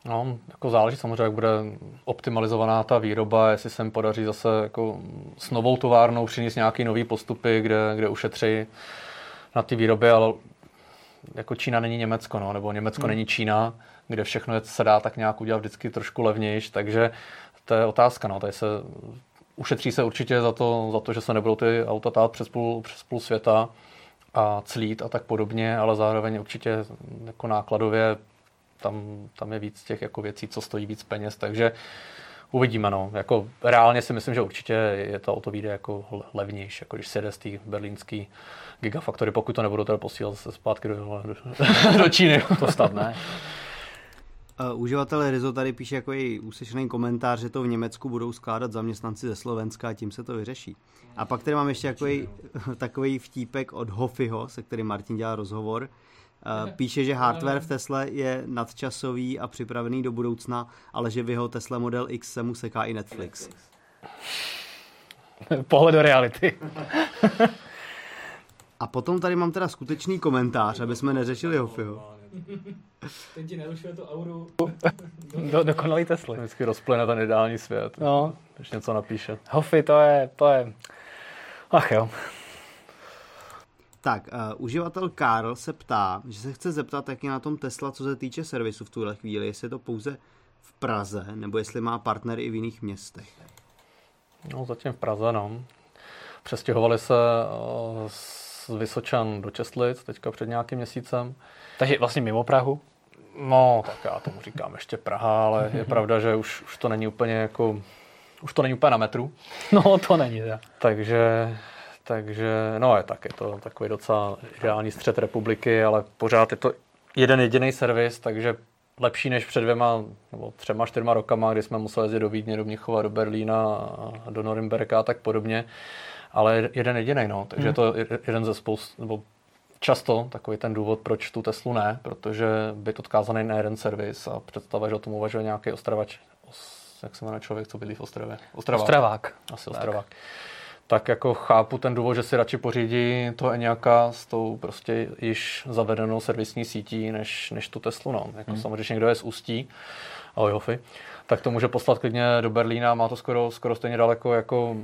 No, jako záleží samozřejmě, jak bude optimalizovaná ta výroba, jestli se jim podaří zase jako s novou továrnou přinést nějaký nový postupy, kde ušetří na ty výrobě, ale jako Čína není Německo, no, nebo Německo není Čína, kde všechno se dá tak nějak udělat vždycky trošku levnější, takže to je otázka, no, tady se ušetří se určitě za to, že se nebudou ty auta tát přes půl světa a clít a tak podobně, ale zároveň určitě jako nákladově tam je víc těch jako věcí, co stojí víc peněz, takže uvidíme, no. Jako reálně si myslím, že určitě je to auto vyjde jako levnější, jako když se jede z té berlínský Gigafactory, pokud to nebudou teda posílat se zpátky do Číny. To snad ne. Uživatel Rizo tady píše jako její úslyšený komentář, že to v Německu budou skládat zaměstnanci ze Slovenska a tím se to vyřeší. A pak tady mám ještě takový vtípek od Hoffiho, se kterým Martin dělal rozhovor. Píše, že hardware v Tesle je nadčasový a připravený do budoucna, ale že v jeho Tesla Model X se mu seká i Netflix. Pohled do reality. A potom tady mám teda skutečný komentář, aby jsme neřešili Hoffiho. Teď ti nerušuje to auru. Dokonalý Tesla. Vždycky rozplyne ten ideální svět, no. Když něco napíše. Hoffi, to je... Ach jo. Tak, uživatel Karl se ptá, že se chce zeptat, jak je na tom Tesla, co se týče servisu v tuhle chvíli, jestli je to pouze v Praze, nebo jestli má partner i v jiných městech. No, zatím v Praze, no. Přestěhovali se z Vysočan do Čestlic, teďka před nějakým měsícem. Takže vlastně mimo Prahu? No, tak já tomu říkám ještě Praha, ale je pravda, že už to není úplně jako... Už to není úplně na metru. No, to není, ja. Takže, no je to takový docela ideální střed republiky, ale pořád je to jeden jediný servis, takže lepší než před 2 nebo 3-4 rokama, kdy jsme museli jezdit do Vídně, do Mnichova, do Berlína, do Norimberka a tak podobně, ale jeden jediný, no, takže je to jeden ze nebo často takový ten důvod, proč tu Teslu ne, protože být odkázaný na jeden servis a představa, že o tom uvažuje nějaký Ostravač, jak se jmenuje člověk, co bydlí v Ostravě? Ostravák. Asi Ostravák. Tak jako chápu ten důvod, že si radši pořídí toho Enyaqua s tou prostě již zavedenou servisní sítí, než tu Teslu. No. Jako samozřejmě, když někdo je z Ústí, ahoj Hoffi, tak to může poslat klidně do Berlína, má to skoro stejně daleko jako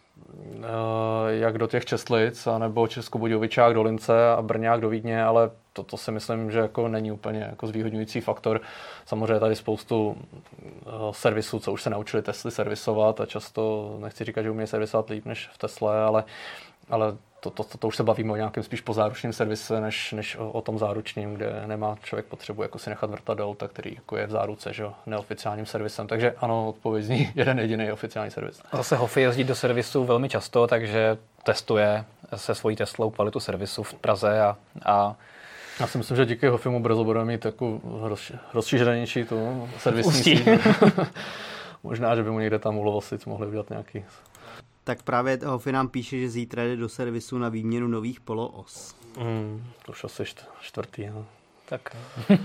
jak do těch Čestlic, anebo Českobudějovičák do Lince a Brňák do Vídně, ale to si myslím, že jako není úplně jako zvýhodňující faktor. Samozřejmě je tady spoustu servisů, co už se naučili Tesly servisovat a často, nechci říkat, že umějí servisovat líp než v Tesle, ale to už se bavíme o nějakém spíš pozáručním servise, než o tom záručním, kde nemá člověk potřebu jako si nechat vrtat do auta, který jako je v záruce, že neoficiálním servisem. Takže ano, odpověď zní jeden jediný oficiální servis. Zase Hoffi jezdí do servisu velmi často, takže testuje se svojí Teslou kvalitu servisu v Praze a já si myslím, že díky Hoffimu brzo budeme mít takovou rozšířenější tu servisní síť. Možná, že by mu někde tam u Lovosic mohli udělat nějaký. Tak právě Hoffi nám píše, že zítra jde do servisu na výměnu nových poloos. To už asi čtvrtý. No. Tak.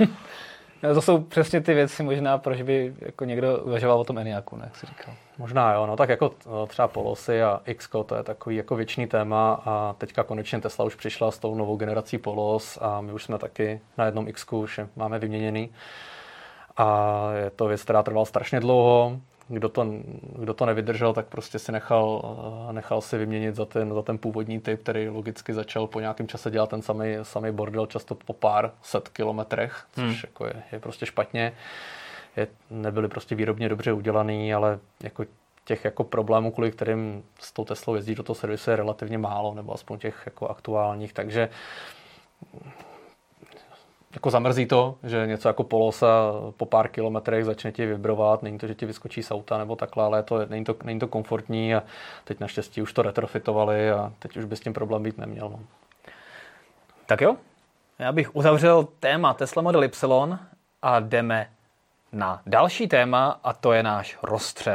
To jsou přesně ty věci možná, proč by jako někdo uvažoval o tom Enyaqu, ne, jak jsi říkal. Možná jo, no tak jako třeba Polosy a X-ko, to je takový jako věčný téma a teďka konečně Tesla už přišla s tou novou generací Polos a my už jsme taky na jednom X-ku už máme vyměněný. A je to věc, která trvala strašně dlouho. Kdo to nevydržel, tak prostě si nechal si vyměnit za ten původní typ, který logicky začal po nějakém čase dělat ten samý bordel, často po pár set kilometrech, což jako je prostě špatně. Nebyly prostě výrobně dobře udělaný, ale jako těch jako problémů, kvůli kterým s tou Teslou jezdí do toho servisu, je relativně málo, nebo aspoň těch jako aktuálních, takže jako zamrzí to, že něco jako Polosa po pár kilometrech začne ti vibrovat, není to, že ti vyskočí z auta nebo takhle, ale není to komfortní a teď naštěstí už to retrofitovali a teď už by s tím problém být neměl. No. Tak jo, já bych uzavřel téma Tesla Model Y a jdeme na další téma a to je náš rozstřel.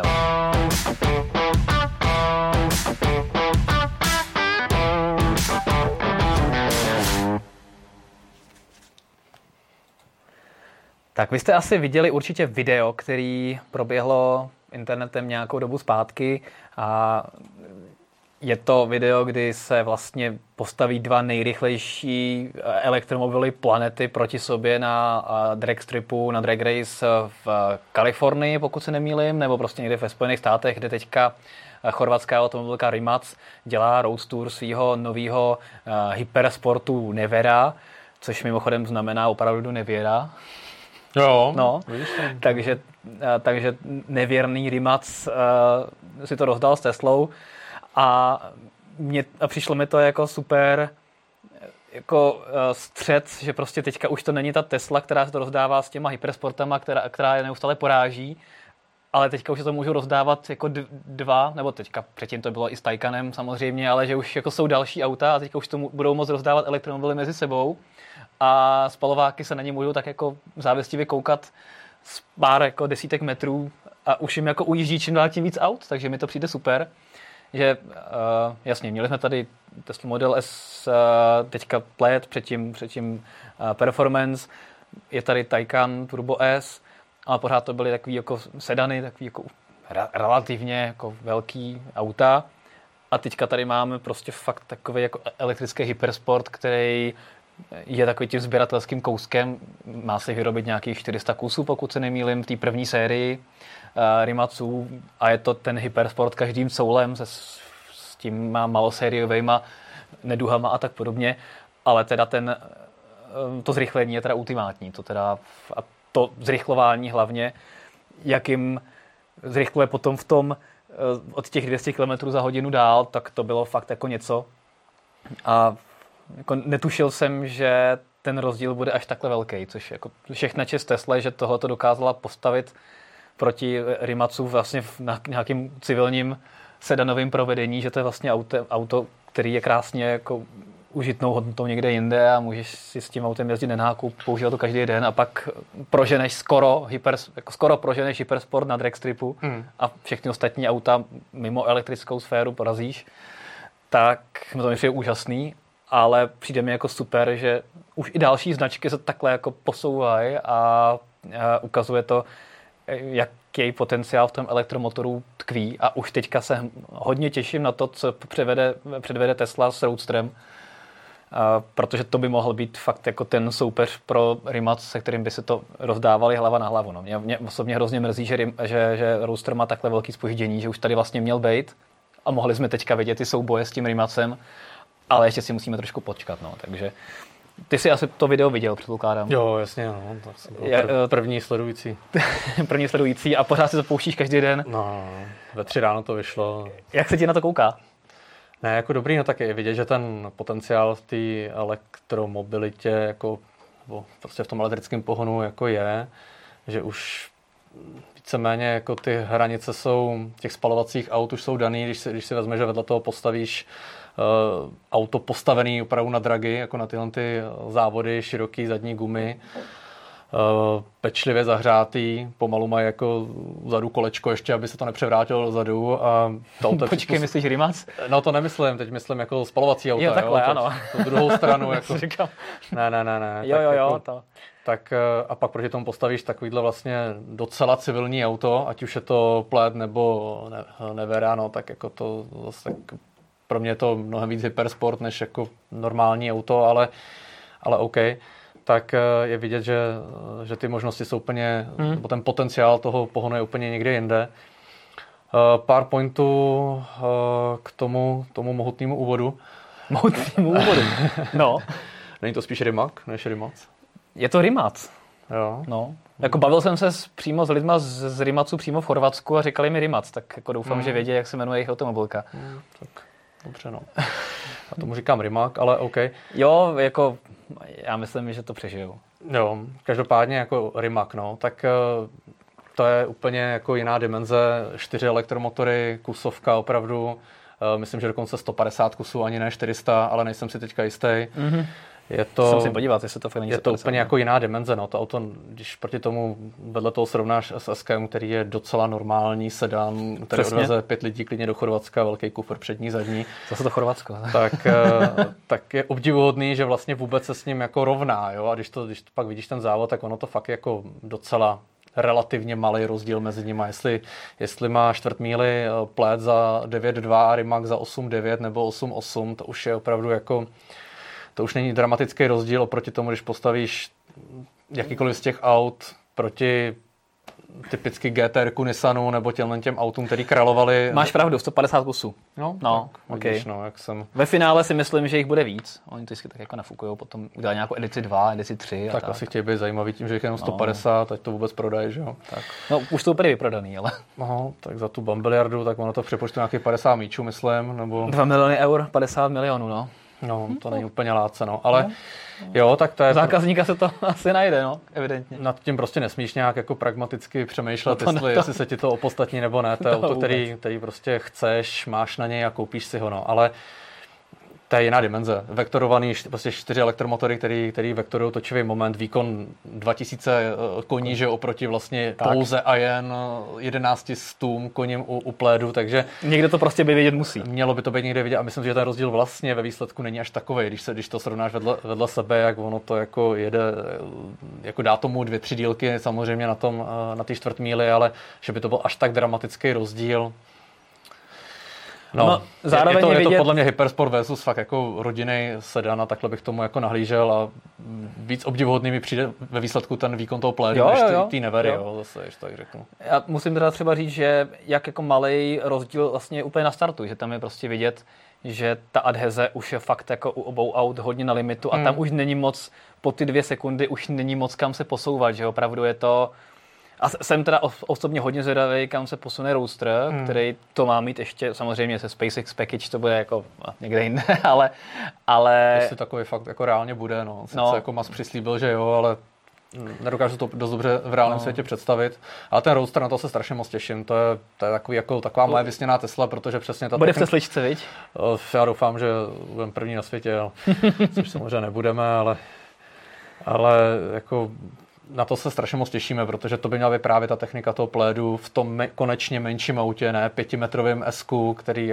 Tak vy jste asi viděli určitě video, který proběhlo internetem nějakou dobu zpátky a Je to video, kdy se vlastně postaví dva nejrychlejší elektromobily planety proti sobě na drag stripu, na drag race v Kalifornii, pokud se nemýlím, nebo prostě někde ve Spojených státech, kde teďka chorvatská automobilka Rimac dělá road tour svého nového hypersportu Nevera, což mimochodem znamená opravdu nevěra. Jo, no, takže nevěrný Rimac si to rozdal s Teslou a přišlo mi to jako super jako střed, že prostě teďka už to není ta Tesla, která se to rozdává s těma hypersportama, která je neustále poráží, ale teďka už se to můžou rozdávat jako dva, nebo teďka předtím to bylo i s Taycanem samozřejmě, ale že už jako jsou další auta a teďka už to budou moct rozdávat elektromobily mezi sebou a spalováky se na ně můžou tak jako závistivě koukat z pár jako desítek metrů a už jim jako ujíždí čím dál tím víc aut, takže mi to přijde super. Že jasně, měli jsme tady Tesla Model S, teďka Plaid, předtím Performance, je tady Taycan Turbo S, ale pořád to byly takový jako sedany, takový jako relativně jako velký auta. A teďka tady máme prostě fakt takový jako elektrický hypersport, který je takový tím sběratelským kouskem. Má se vyrobit nějakých 400 kusů, pokud se nemýlím, v té první sérii Rimaců a je to ten hypersport každým soulem s těma malosériovejma neduhama a tak podobně, ale teda to zrychlení je teda ultimátní, a to zrychlování hlavně, jakým zrychluje potom v tom od těch 200 km za hodinu dál, tak to bylo fakt jako něco a jako netušil jsem, že ten rozdíl bude až takhle velký, což jako všechna čest Tesla, že tohle to dokázala postavit proti Rimacu vlastně na nějakým civilním sedanovým provedení, že to je vlastně auto, který je krásně jako užitnou hodnotou někde jinde a můžeš si s tím autem jezdit nenákup, používat to každý den a pak proženeš skoro proženeš hypersport na dragstripu a všechny ostatní auta mimo elektrickou sféru porazíš, tak to mi přijde úžasný, ale přijde mi jako super, že už i další značky se takhle jako posouvají a ukazuje to, jaký potenciál v tom elektromotoru tkví a už teďka se hodně těším na to, co předvede Tesla s Roadsterem, protože to by mohl být fakt jako ten soupeř pro Rimac, se kterým by se to rozdávali hlava na hlavu. No. Mě osobně hrozně mrzí, že Roadster má takhle velký zpoždění, že už tady vlastně měl být a mohli jsme teďka vidět ty souboje s tím Rimacem, ale ještě si musíme trošku počkat. No. Takže ty jsi asi to video viděl, předpokládám. Jo, jasně, no. Tak jsem byl první sledující. První sledující a pořád si to pouštíš každý den. No, ve 3 ráno to vyšlo. Jak se ti na to kouká? Ne, jako dobrý, no tak je vidět, že ten potenciál v té elektromobilitě, jako, prostě v tom elektrickém pohonu jako je, že už víceméně jako ty hranice jsou, těch spalovacích aut už jsou daný, když si vezmeš, že vedle toho postavíš auto postavený opravdu na dragy, jako na tyhle ty závody, široký zadní gumy, pečlivě zahřátý, pomalu mají jako vzadu kolečko ještě, aby se to nepřevrátilo dozadu. A počkej, myslíš Rimac? No to nemyslím, teď myslím jako spalovací auta. Jo, takhle, jo, ano. To druhou stranu. Jako... Říkám. Ne. Jo, jako, to. Tak a pak proti tomu postavíš takovýhle vlastně docela civilní auto, ať už je to Plaid nebo Nevera, no tak jako to zase tak pro mě je to mnohem víc hypersport než jako normální auto, ale OK. Tak je vidět, že ty možnosti jsou úplně, nebo ten potenciál toho pohonu je úplně někde jinde. Pár pointů k tomu mohutnému úvodu. Mohutnému úvodu? No. Není to spíš Rimac než Rimac? Je to Rimac. Jo. No. Jako bavil jsem se přímo s lidma z Rimacu přímo v Chorvatsku a říkali mi Rimac, tak jako doufám, že vědí, jak se jmenuje jejich automobilka. Tak dobře, no. Já tomu říkám Rimac, ale OK. Jo, jako já myslím, že to přežijou. Jo, každopádně jako Rimac, no, tak to je úplně jako jiná dimenze, 4 elektromotory, kusovka opravdu, myslím, že dokonce 150 kusů, ani ne 400, ale nejsem si teďka jistý. Mm-hmm. Je to, jsem si podívat, jestli to je to úplně jako jiná dimenze, no, to auto, když proti tomu vedle toho srovnáš s SKM, který je docela normální sedan, který odveze 5 lidí klidně do Chorvatska, velký kufr přední, zadní. Zase to Chorvatsko. Tak je obdivuhodný, že vlastně vůbec se s ním jako rovná, jo, a když to pak vidíš ten závod, tak ono to fakt jako docela relativně malý rozdíl mezi nimi. Jestli má čtvrt míly Plaid za 9,2 a Rimac za 8,9 nebo 8,8, to už je opravdu jako, to už není dramatický rozdíl oproti tomu, když postavíš jakýkoliv z těch aut proti typicky GTR-ku Nissanu nebo těm autům, který královali. Máš pravdu, 150 kusů. No, okay. Vidíš, no, jak jsem... Ve finále si myslím, že jich bude víc. Oni to vždycky tak jako nafukujou, potom udělají nějakou edici 2, edici 3. Tak asi chtějí být zajímavý tím, že jich jenom 150, ať to vůbec prodají, že jo. Tak. No, už to úplně vyprodaný, ale... No, tak za tu bambiliardu, tak ono to v přepočtu nějakých 50 míčů, myslím, nebo... 2 miliony eur, 50 milionů, no. No, to není úplně láce, no, ale jo, tak to je... Zákazníka se to asi najde, no, evidentně. Nad tím prostě nesmíš nějak jako pragmaticky přemýšlet, jestli se ti to opodstatní nebo ne, to je auto, který prostě chceš, máš na něj a koupíš si ho, no, ale to je jiná dimenze. Vektorovaný, prostě 4 elektromotory, který vektorují točivý moment, výkon 2000 koní, že oproti vlastně pouze a jen 11 stům koním u Plaidu, takže... Někde to prostě by vědět musí. Mělo by to být někde vidět a myslím, že ten rozdíl vlastně ve výsledku není až takový, když to srovnáš vedle sebe, jak ono to jako jede, jako dá tomu 2-3 dílky samozřejmě na ty čtvrt míly, ale že by to byl až tak dramatický rozdíl. No, zároveň je to podle mě Hypersport versus fakt jako rodinný sedan a takhle bych tomu jako nahlížel a víc obdivuhodný mi přijde ve výsledku ten výkon toho Plaidu, než ty Nevery, zase, tak řeknu. Já musím teda třeba říct, že jak jako malej rozdíl vlastně úplně na startu, že tam je prostě vidět, že ta adheze už je fakt jako u obou aut hodně na limitu a tam už není moc, po ty 2 sekundy už není moc kam se posouvat, že opravdu je to... A jsem teda osobně hodně zvědavý, kam se posune Roadster, který to má mít ještě samozřejmě se SpaceX Package, to bude jako někde jinde, ale... Jestli takový fakt jako reálně bude, no. Sice jako Musk přislíbil, že jo, ale nedokážu to dost dobře v reálném světě představit. Ale ten Roadster, na to se strašně moc těším. To je takový, jako, taková moje vysněná Tesla, protože přesně ta... Bude v Tesličce, viď? Já doufám, že budeme první na světě, což samozřejmě nebudeme, ale jako... Na to se strašně moc těšíme, protože to by měla být právě ta technika toho Plaidu v tom konečně menším autě, ne 5metrovém S-ku, který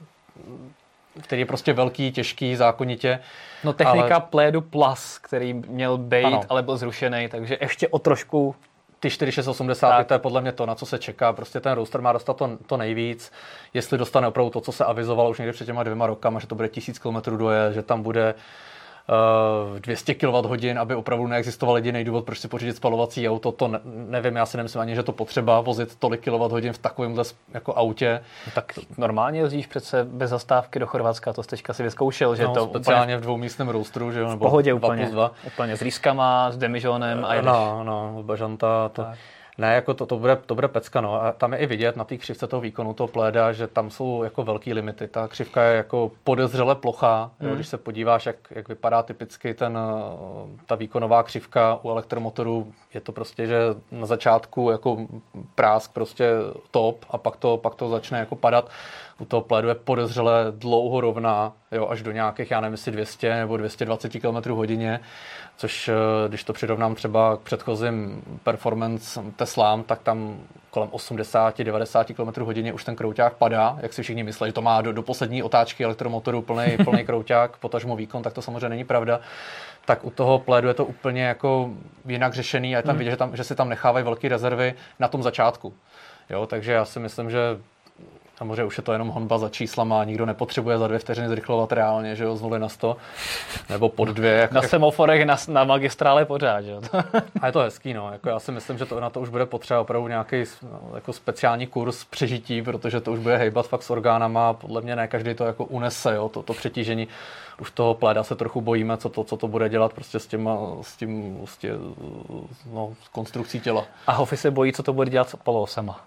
je prostě velký, těžký, zákonitě. No technika Plaidu Plus, který měl být, ale byl zrušený, takže ještě o trošku... Ty 4680, to je podle mě to, na co se čeká. Prostě ten Roadster má dostat to nejvíc. Jestli dostane opravdu to, co se avizovalo už někdy před těma 2 rokama, že to bude 1000 km doje, že tam bude 200 kWh, aby opravdu neexistoval jediný důvod, proč si pořídit spalovací auto, to nevím, já si nemyslím ani, že to potřeba vozit tolik kWh v takovémhle jako autě. Tak normálně jezdíš přece bez zastávky do Chorvatska, to jsi teďka si vyzkoušel, že to speciálně v dvoumístném Roadsteru, že jo, nebo v pohodě 2+2. Úplně s rýskama, s demižonem a jedeš. No, bažanta, to... Ne, jako to bude pecka, no. A tam je i vidět na té křivce toho výkonu, toho Plaida, že tam jsou jako velký limity. Ta křivka je jako podezřele plochá. Jo, když se podíváš, jak vypadá typicky ta výkonová křivka u elektromotorů, je to prostě, že na začátku jako prásk prostě top a pak to začne jako padat. U toho Plaidu je podezřele dlouho rovná, jo, až do nějakých, já nevím, jestli 200 nebo 220 km/h, což když to přirovnám třeba k předchozím performance Teslám, tak tam kolem 80-90 km/h už ten krouťák padá, jak si všichni myslí, že to má do poslední otáčky elektromotoru plný krouťák, potažmo výkon, tak to samozřejmě není pravda. Tak u toho Plaidu je to úplně jako jinak řešený a je tam vidět, že si tam nechávají velké rezervy na tom začátku. Jo, takže já si myslím, že samozřejmě už je to jenom honba za číslama, nikdo nepotřebuje za 2 vteřiny zrychlovat reálně, že jo, z 0 na 100, nebo pod 2. Na semaforech na magistrále pořád, že jo. A je to hezký, no, jako já si myslím, že na to už bude potřeba opravdu nějaký jako speciální kurz přežití, protože to už bude hejbat fakt s orgánama, podle mě ne každý to jako unese, jo, to přetížení. Už toho Plaida se trochu bojíme, co to bude dělat prostě s konstrukcí těla. A Hofi se bojí, co to bude dělat s Polosama.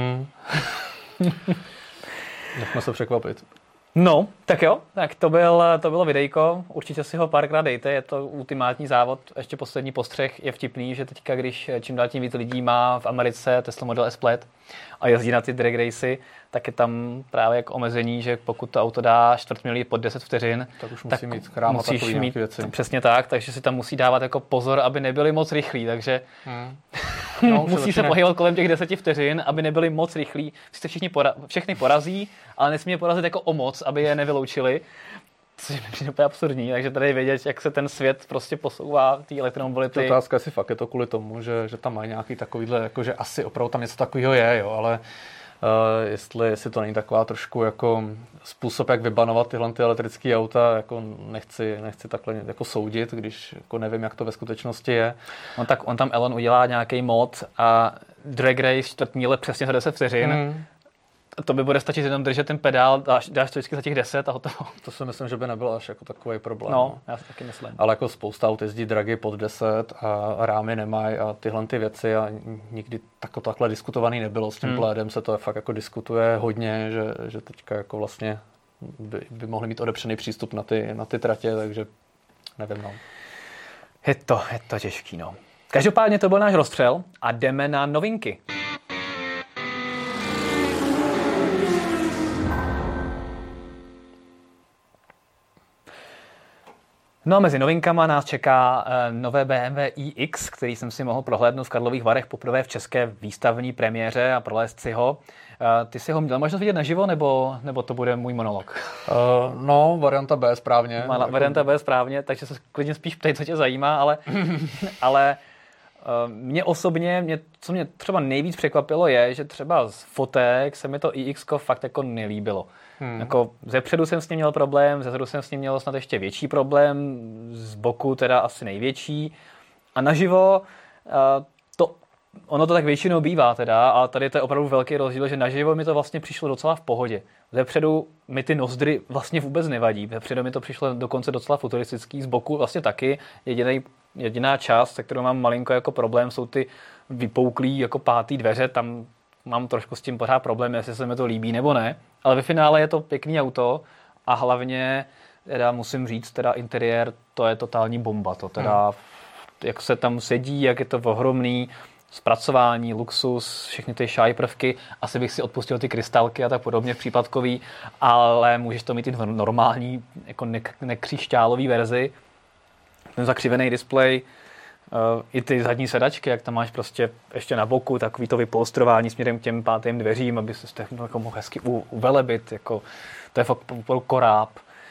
Nechme se překvapit. No, tak jo, tak to bylo videjko, určitě si ho párkrát dejte, je to ultimátní závod. Ještě poslední postřeh je vtipný, že teďka, když čím dál tím víc lidí má v Americe Tesla Model S Plaid a jezdí na ty drag racy, tak je tam právě jako omezení, že pokud to auto dá čtvrt míli pod 10 vteřin, tak už musíš mít věci. Přesně tak, takže si tam musí dávat jako pozor, aby nebyli moc rychlí, takže musí se pohybovat kolem těch 10 vteřin, aby nebyli moc rychlí. Všechny porazí, ale nesmí je porazit jako o moc, aby je nevyloučili. což mi přijde úplně absurdní, takže tady vědět, jak se ten svět prostě posouvá, té elektromobility. Otázka, jestli fakt je to kvůli tomu, že tam mají nějaký takovýhle, jakože asi opravdu tam něco takového je, jo, ale jestli to není taková trošku jako způsob, jak vybanovat tyhle elektrické auta, jako nechci takhle jako soudit, když jako nevím, jak to ve skutečnosti je. No tak on tam Elon udělá nějaký mod a drag race 4 míle přesně za 10 vteřin. To by bude stačit jenom držet ten pedál, dáš to vždycky za těch 10 a hotovo. To si myslím, že by nebyl až jako takový problém. No, já si taky myslím. Ale jako spousta aut jezdí dragy pod 10 a rámy nemají a tyhle ty věci a nikdy takhle diskutovaný nebylo. S tím plédem se to fakt jako diskutuje hodně, že teďka jako vlastně by mohli mít odepřený přístup na ty tratě, takže nevím, no. Je to těžký, no. Každopádně to byl náš rozstřel a jdeme na novinky. No a mezi novinkama nás čeká nové BMW iX, který jsem si mohl prohlédnout v Karlových Varech poprvé v české výstavní premiéře a prolézt si ho. Ty si ho měl možnost vidět naživo, nebo to bude můj monolog? No, varianta B správně. Varianta B správně, takže se klidně spíš ptej, co tě zajímá, ale mě osobně, co mě třeba nejvíc překvapilo je, že třeba z fotek se mi to iX-ko fakt jako nelíbilo. Jako zepředu jsem s ním měl problém, zezadu jsem s ním měl snad ještě větší problém, z boku teda asi největší. A naživo ono to tak většinou bývá teda, a tady to je opravdu velký rozdíl, že naživo mi to vlastně přišlo docela v pohodě. Zepředu mi ty nozdry vlastně vůbec nevadí, zepředu mi to přišlo dokonce docela futuristický, z boku vlastně taky. Jediná část, se kterou mám malinko jako problém, jsou ty vypouklý jako pátý dveře, tam mám trošku s tím pořád problém, jestli se mi to líbí nebo ne, ale ve finále je to pěkný auto a hlavně teda musím říct, teda interiér, to je totální bomba, to teda jak se tam sedí, jak je to ohromný, zpracování, luxus, všechny ty shy prvky, asi bych si odpustil ty krystalky a tak podobně v případkový, ale můžeš to mít i v normální, jako nekřišťálový verzi, ten zakřivený displej, i ty zadní sedačky, jak tam máš prostě ještě na boku, takový to vypolstrování směrem k těm pátým dveřím, aby se to jako mohl hezky uvelebit, jako, to je fakt koráb.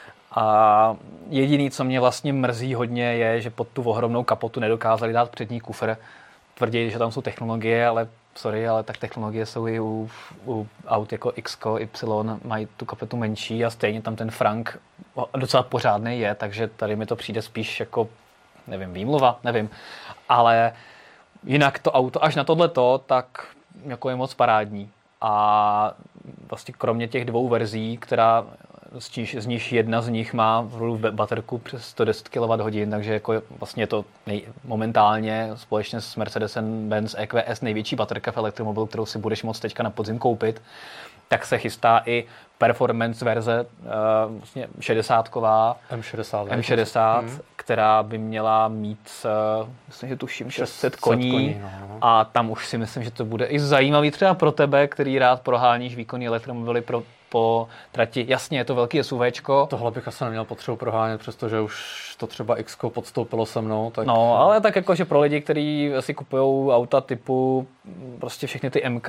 A jediný, co mě vlastně mrzí hodně, je, že pod tu ohromnou kapotu nedokázali dát přední kufr. Tvrdí, že tam jsou technologie, ale sorry, ale tak technologie jsou i u aut jako X-ko, Y, mají tu kapotu menší a stejně tam ten frank docela pořádný je, takže tady mi to přijde spíš jako nevím, výmluva, nevím, ale jinak to auto až na tohleto, tak jako je moc parádní a vlastně kromě těch dvou verzí, která z níž jedna z nich má v baterku přes 110 kWh, takže jako vlastně je to momentálně společně s Mercedes-Benz EQS největší baterka v elektromobilu, kterou si budeš moct teďka na podzim koupit, tak se chystá i performance verze vlastně 60ková M60, která by měla mít, myslím, že tuším 600 koní a tam už si myslím, že to bude i zajímavý třeba pro tebe, který rád proháníš výkonný elektromobily po trati. Jasně, je to velký SUVčko. Tohle bych asi neměl potřebu prohánět, přestože už to třeba X-ko podstoupilo se mnou. Tak... No, ale tak jakože pro lidi, kteří si kupují auta typu prostě všechny ty MK,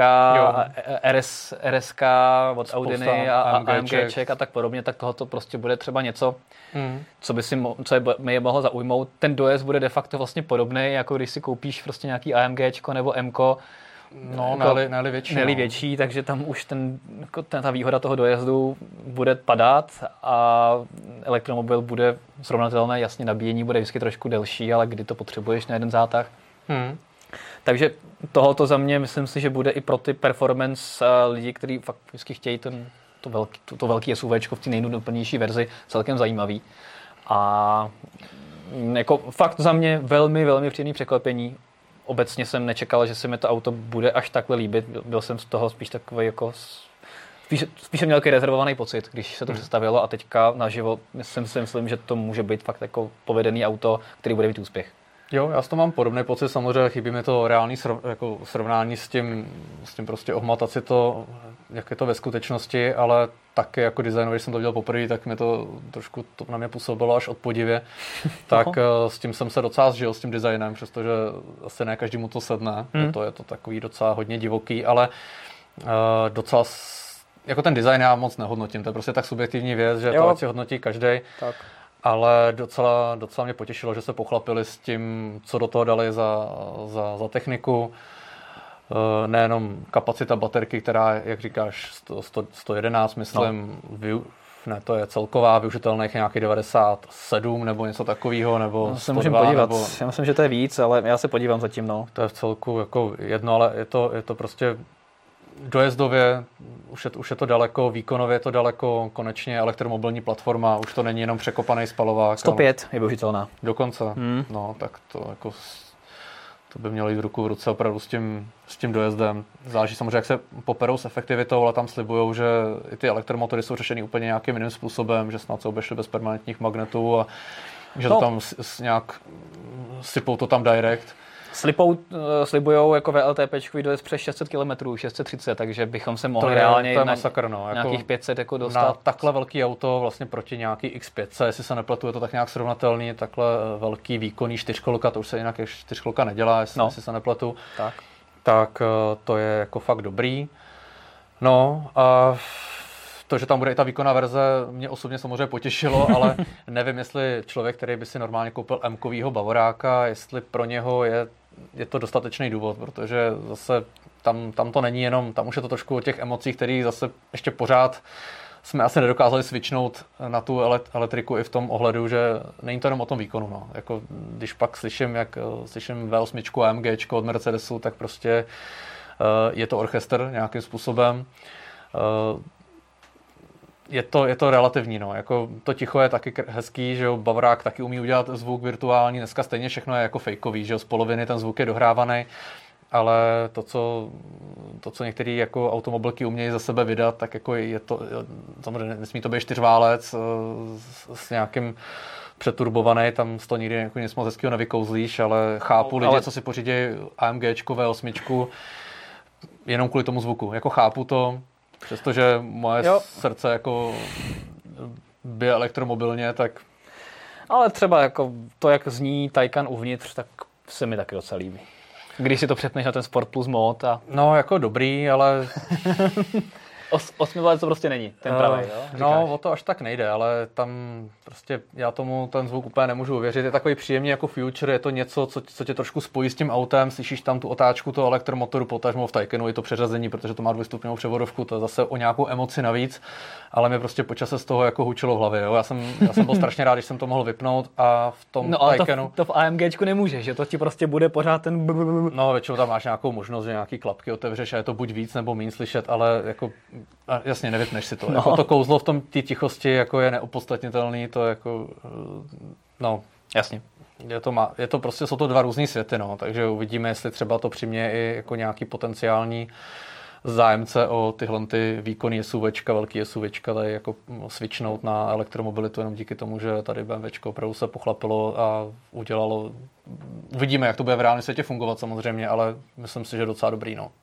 RSK od Audiny a AMGček a tak podobně, tak tohoto prostě bude třeba něco, co by je mohlo zaujmout. Ten dojezd bude de facto vlastně podobný, jako když si koupíš prostě nějaký AMGčko nebo Mko, no, ne-li větší, takže tam už ta výhoda toho dojezdu bude padat a elektromobil bude srovnatelné, jasně nabíjení bude vždycky trošku delší, ale kdy to potřebuješ na jeden zátah. Takže tohoto za mě myslím si, že bude i pro ty performance lidi, kteří fakt vždycky chtějí to velký SUVčko v té nejnudnější verzi, celkem zajímavý. A jako fakt za mě velmi, velmi příjemný překvapení. Obecně jsem nečekal, že se mi to auto bude až takhle líbit. Byl jsem z toho spíš takový jako... Spíš jsem měl takový rezervovaný pocit, když se to představilo a teďka naživo myslím, že to může být fakt jako povedený auto, který bude mít úspěch. Jo, já s tom mám podobný pocit, samozřejmě chybí mi to reálný jako srovnání s tím prostě ohmatat si to, jak je to ve skutečnosti, ale taky jako designer, když jsem to viděl poprvé, tak mě to trošku na mě působilo až od podivě. Tak s tím jsem se docela zžil, s tím designem, přestože asi ne každému to sedne. Je to takový docela hodně divoký, ale docela jako ten design já moc nehodnotím, to je prostě tak subjektivní věc, že to ať si hodnotí každej. Tak. Ale docela mě potěšilo, že se pochlapili s tím, co do toho dali za techniku. Nejenom kapacita baterky, která, jak říkáš, 111, myslím, ne, to je celková, využitelných nějakých 97 nebo něco takového, nebo no, se můžeme podívat. Nebo... Já myslím, že to je víc, ale já se podívám zatím, no. To je v celku jako jedno, ale je to prostě dojezdově, už je to daleko, výkonově je to daleko, konečně elektromobilní platforma, už to není jenom překopaný spalovák. 105 je využitelná. Dokonce, no, tak to jako... To by mělo jít ruku v ruce opravdu s tím dojezdem. Záleží samozřejmě, jak se poperou s efektivitou, ale tam slibujou, že i ty elektromotory jsou řešeny úplně nějakým jiným způsobem, že snad se obešly bez permanentních magnetů a že to tam nějak sypou to tam direct. Slibujou jako VLTPčkový dojezd přes 600 km, 630, takže bychom se mohli reálně masakr, no. Nějakých 500 jako dostat. Na takhle velký auto vlastně proti nějaký X5, jestli se nepletu, je to tak nějak srovnatelný, takhle velký výkonný čtyřkolka, to už se jinak čtyřkolka nedělá, jestli se nepletu. Tak to je jako fakt dobrý. No a to, že tam bude i ta výkonná verze, mě osobně samozřejmě potěšilo, ale nevím, jestli člověk, který by si normálně koupil M-kovýho Bavoráka, jestli pro něho je to dostatečný důvod, protože zase tam to není jenom, tam už je to trošku o těch emocích, které zase ještě pořád jsme asi nedokázali switchnout na tu elektriku i v tom ohledu, že není to jenom o tom výkonu. No. Jako, když pak slyším V8 a AMGčko od Mercedesu, tak prostě je to orchestr nějakým způsobem. Je to relativní, no. Jako to ticho je taky hezký, že jo, Bavorák taky umí udělat zvuk virtuální, dneska stejně všechno je jako fejkový, že jo, z poloviny ten zvuk je dohrávaný, ale to, co některý jako automobilky umějí za sebe vydat, tak jako je to, samozřejmě nesmí to být čtyřválec s nějakým přeturbovaný, tam to nikdy jako nic moc hezkýho nevykouzlíš, ale chápu lidi, co si pořídí AMGčko, V8, jenom kvůli tomu zvuku, jako chápu to. Přestože moje srdce jako bije elektromobilně, tak... Ale třeba jako to, jak zní Taycan uvnitř, tak se mi taky docela líbí. Když si to přepneš na ten Sport Plus mod a... No, jako dobrý, ale... 8 to prostě není, ten pravý, jo? Říkáš. No, o to až tak nejde, ale tam prostě já tomu ten zvuk úplně nemůžu uvěřit. Je takový příjemný jako Future, je to něco, co tě trošku spojí s tím autem, slyšíš tam tu otáčku toho elektromotoru, potažmo v Taycanu je to přeřazení, protože to má dvojstupňovou převodovku, to je zase o nějakou emoci navíc, ale mě prostě počase z toho jako hučilo v hlavě, jo? Já jsem byl strašně rád, když jsem to mohl vypnout a v tom Taycanu... to v AMGčku nemůžeš, že to ti prostě bude pořád ten... No, většinou tam máš nějakou možnost, že nějaký klapky otevřeš a je to buď víc nebo méně slyšet, ale jako jasně, nevypneš si to. No. Jako to kouzlo v tom té tichosti jako je neopodstatnitelný, to jako, no. Jasně. Je to prostě, jsou to dva různý světy, no, takže uvidíme, jestli třeba to přiměje i jako nějaký potenciální zájemce o tyhle ty výkonný SUVčka, velký SUVčka, tady jako switchnout na elektromobilitu jenom díky tomu, že tady BMWčko opravdu se pochlapilo a udělalo, uvidíme, jak to bude v reálném světě fungovat samozřejmě, ale myslím si, že docela dobrý, no.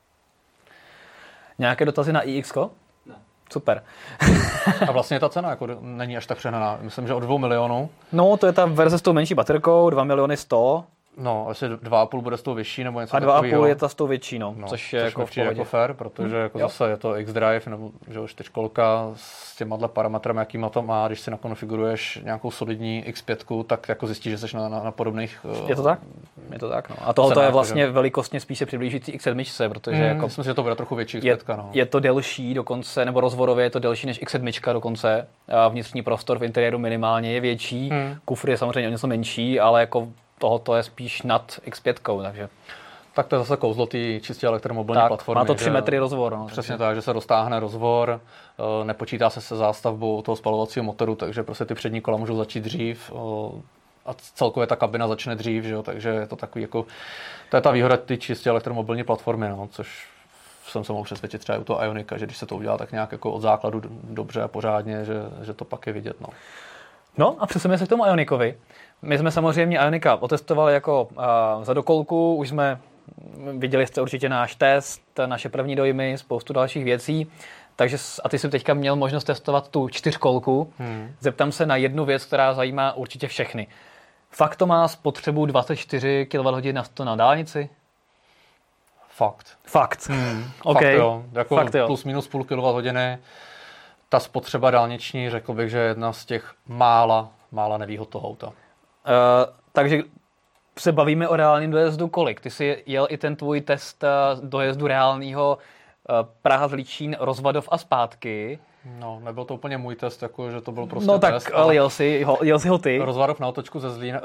Nějaké dotazy na iX-ko? Ne. Super. A vlastně ta cena jako není až tak přehnaná. Myslím, že o 2 milionů. No, to je ta verze s tou menší baterkou, 2 miliony 100. No, asi 2,5 bude s tou vyšší nebo něco takového. A 2,5 je ta s tou větší, no, což je jako v pohodě. Jako fair, protože jako zase je to X-Drive nebo že 4kolka s těma parametrami, jakýma to má, když si nakonfiguruješ nějakou solidní X5, tak jako zjistíš, že jsi na podobných. Je to tak? Je to tak, no. A tohle je vlastně velikostně spíše přiblížící X7, protože jako myslím, že to bude trochu větší X5, no. Je to delší dokonce, nebo rozvorově je to delší než X7 dokonce. A vnitřní prostor v interiéru minimálně je větší. Kufr je samozřejmě o něco menší, ale jako tohoto je spíš nad X5, takže... Tak to je zase kouzlo té čistě elektromobilní platformy. Má to 3 metry rozvor. No, přesně tak, že se roztáhne rozvor, nepočítá se zástavbou toho spalovacího motoru, takže prostě ty přední kola můžou začít dřív a celkově ta kabina začne dřív, že jo, takže je to takový jako... To je ta výhoda té čistě elektromobilní platformy, no, což jsem se mohl přesvědčit třeba u toho Ionika, že když se to udělá tak nějak jako od základu dobře a pořádně, že to pak je vidět, no. No a přesuneme se k tomu Ionikovi. My jsme samozřejmě Ionika otestovali jako za dokolku, už jsme viděli jste určitě náš test, naše první dojmy, spoustu dalších věcí, takže a ty jsi teďka měl možnost testovat tu 4kolku. Zeptám se na jednu věc, která zajímá určitě všechny. Fakt to má spotřebu 24 kWh na 100 na dálnici? Fakt. Okay. Fakt jo. Jako plus minus půl kWh. Ta spotřeba dálniční, řekl bych, že je jedna z těch mála nevýhod toho auta. Takže se bavíme o reálném dojezdu kolik? Ty jsi jel i ten tvůj test dojezdu reálného Praha-Zlíčín, Rozvadov a zpátky. No, nebyl to úplně můj test, jako, že to byl prostě no, test. No tak, ale jel jsi ho ty. Rozvadov na otočku ze Zlína,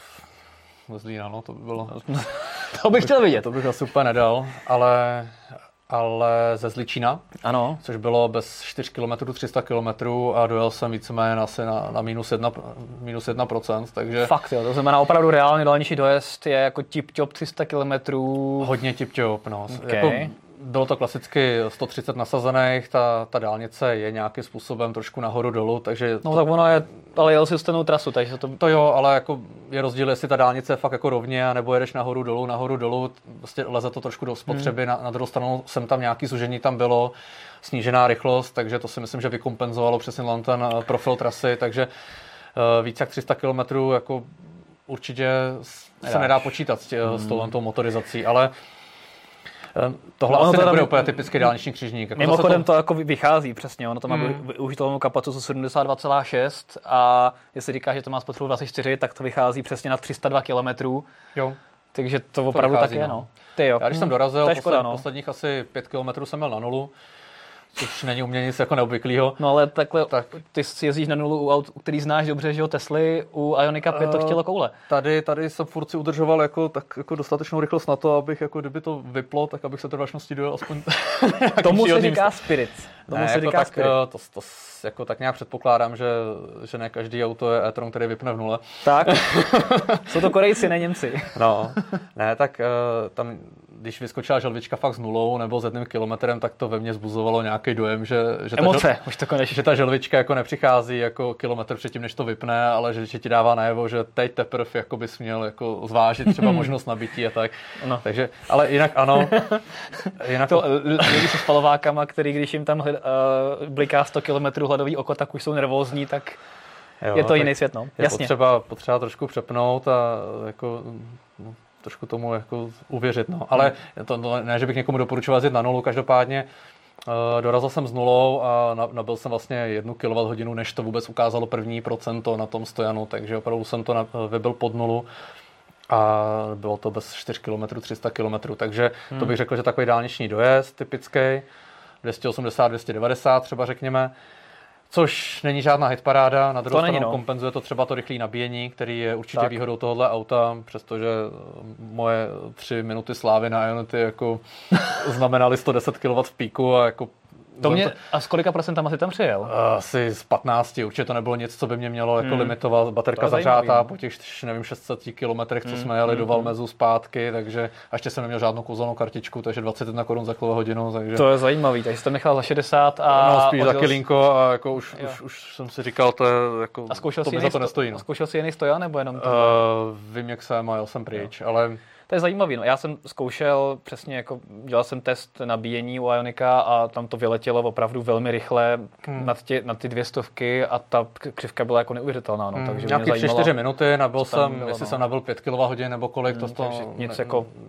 no, to by bylo... To bych chtěl vidět. To bych asi úplně nedal, ale ze Zličína, ano. Což bylo bez 4 km 300 km a dojel jsem víceméně asi na minus 1%, takže... Fakt jo, to znamená opravdu reálný dálniční dojezd je jako tip-top 300 km. Hodně tip-top, no. Okay. Jako, bylo to klasicky 130 nasazených, ta dálnice je nějakým způsobem trošku nahoru dolů, takže... No tak ono je, ale jel si stejnou trasu, takže to... To jo, ale jako je rozdíl, jestli ta dálnice je fakt jako rovně, nebo jedeš nahoru dolů, vlastně leze to trošku do spotřeby, na druhou stranu jsem tam nějaký zužení tam bylo, snížená rychlost, takže to si myslím, že vykompenzovalo přesně ten profil trasy, takže víc jak 300 km jako určitě se nedá počítat s touhletou motorizací, ale tohle asi nebude úplně typický dálniční křižník. Jako mimochodem to jako vychází přesně, ono to má využitelnou kapacitu 72,6 a jestli říká, že to má spotřebu 24, tak to vychází přesně na 302 km. Jo. Takže to opravdu tak je, no. Ty jo. Já když jsem dorazil, posledních asi 5 km jsem měl na nulu, což není u mě nic jako neobvyklýho. No ale takhle, ty si jezdíš na nulu u aut, který znáš dobře, že jo, Tesly, u Ionika 5 to chtělo koule. Tady jsem furt si udržoval jako dostatečnou rychlost na to, abych jako kdyby to vyplo, tak abych se trvačnosti dojel aspoň tomu se říká spirit. To jako tak nějak předpokládám, že ne každý auto je e-tron, který vypne v nule. Tak, jsou to Korejci, ne Němci. No, ne, tak tam, když vyskočila želvička fakt s nulou nebo s 1 kilometrem, tak to ve mně zbuzovalo nějaký dojem, že ta želvička jako nepřichází jako kilometr předtím, než to vypne, ale že ti dává najevo, že teď teprve jako bys měl jako zvážit třeba možnost nabití a tak. No. Takže, ale jinak ano. Jinak to lidi se spalovákama, který když jim tam bliká 100 km hladový oko, tak už jsou nervózní, tak jo, je to jiný svět, no. Je potřeba trošku přepnout a jako trošku tomu jako uvěřit, no. Ale to ne, že bych někomu doporučoval jezdit na nulu, každopádně dorazil jsem s nulou a nabil jsem vlastně 1 kWh, než to vůbec ukázalo první procento na tom stojanu, takže opravdu jsem to vybil pod nulu a bylo to bez 4 km 300 km, takže to bych řekl, že takový dálniční dojezd typický, 280, 290 třeba řekněme, což není žádná hitparáda, na druhou stranu kompenzuje to třeba to rychlé nabíjení, který je určitě výhodou tohohle auta, přestože moje 3 minuty slávy na Ionity jako znamenaly 110 kW v píku a jako a s kolika procentama jsi tam přijel? Asi z 15, určitě to nebylo nic, co by mě mělo jako limitovat. Baterka zažátá po těch, nevím, 600 kilometrech, co jsme jeli do Valmezu zpátky, takže a ještě jsem neměl žádnou kouzelnou kartičku, takže 21 korun za kWh. Takže... To je zajímavý, takže jsi to nechal za 60 a... No spíš za kilínko a jako už jsem si říkal, to je jako, a zkoušel to mi za to nestojí. A zkoušel jsi jiný stojan nebo jenom? Vím, jak jsem a jel jsem pryč, ale... To je zajímavý. No. Já jsem zkoušel přesně, jako dělal jsem test nabíjení u Ionika a tam to vyletělo opravdu velmi rychle na ty 200 a ta křivka byla jako neuvěřitelná. No. Takže nějaký 3-4 minuty, nabil jsem, jestli jsem nabil 5 kWh nebo kolik, nic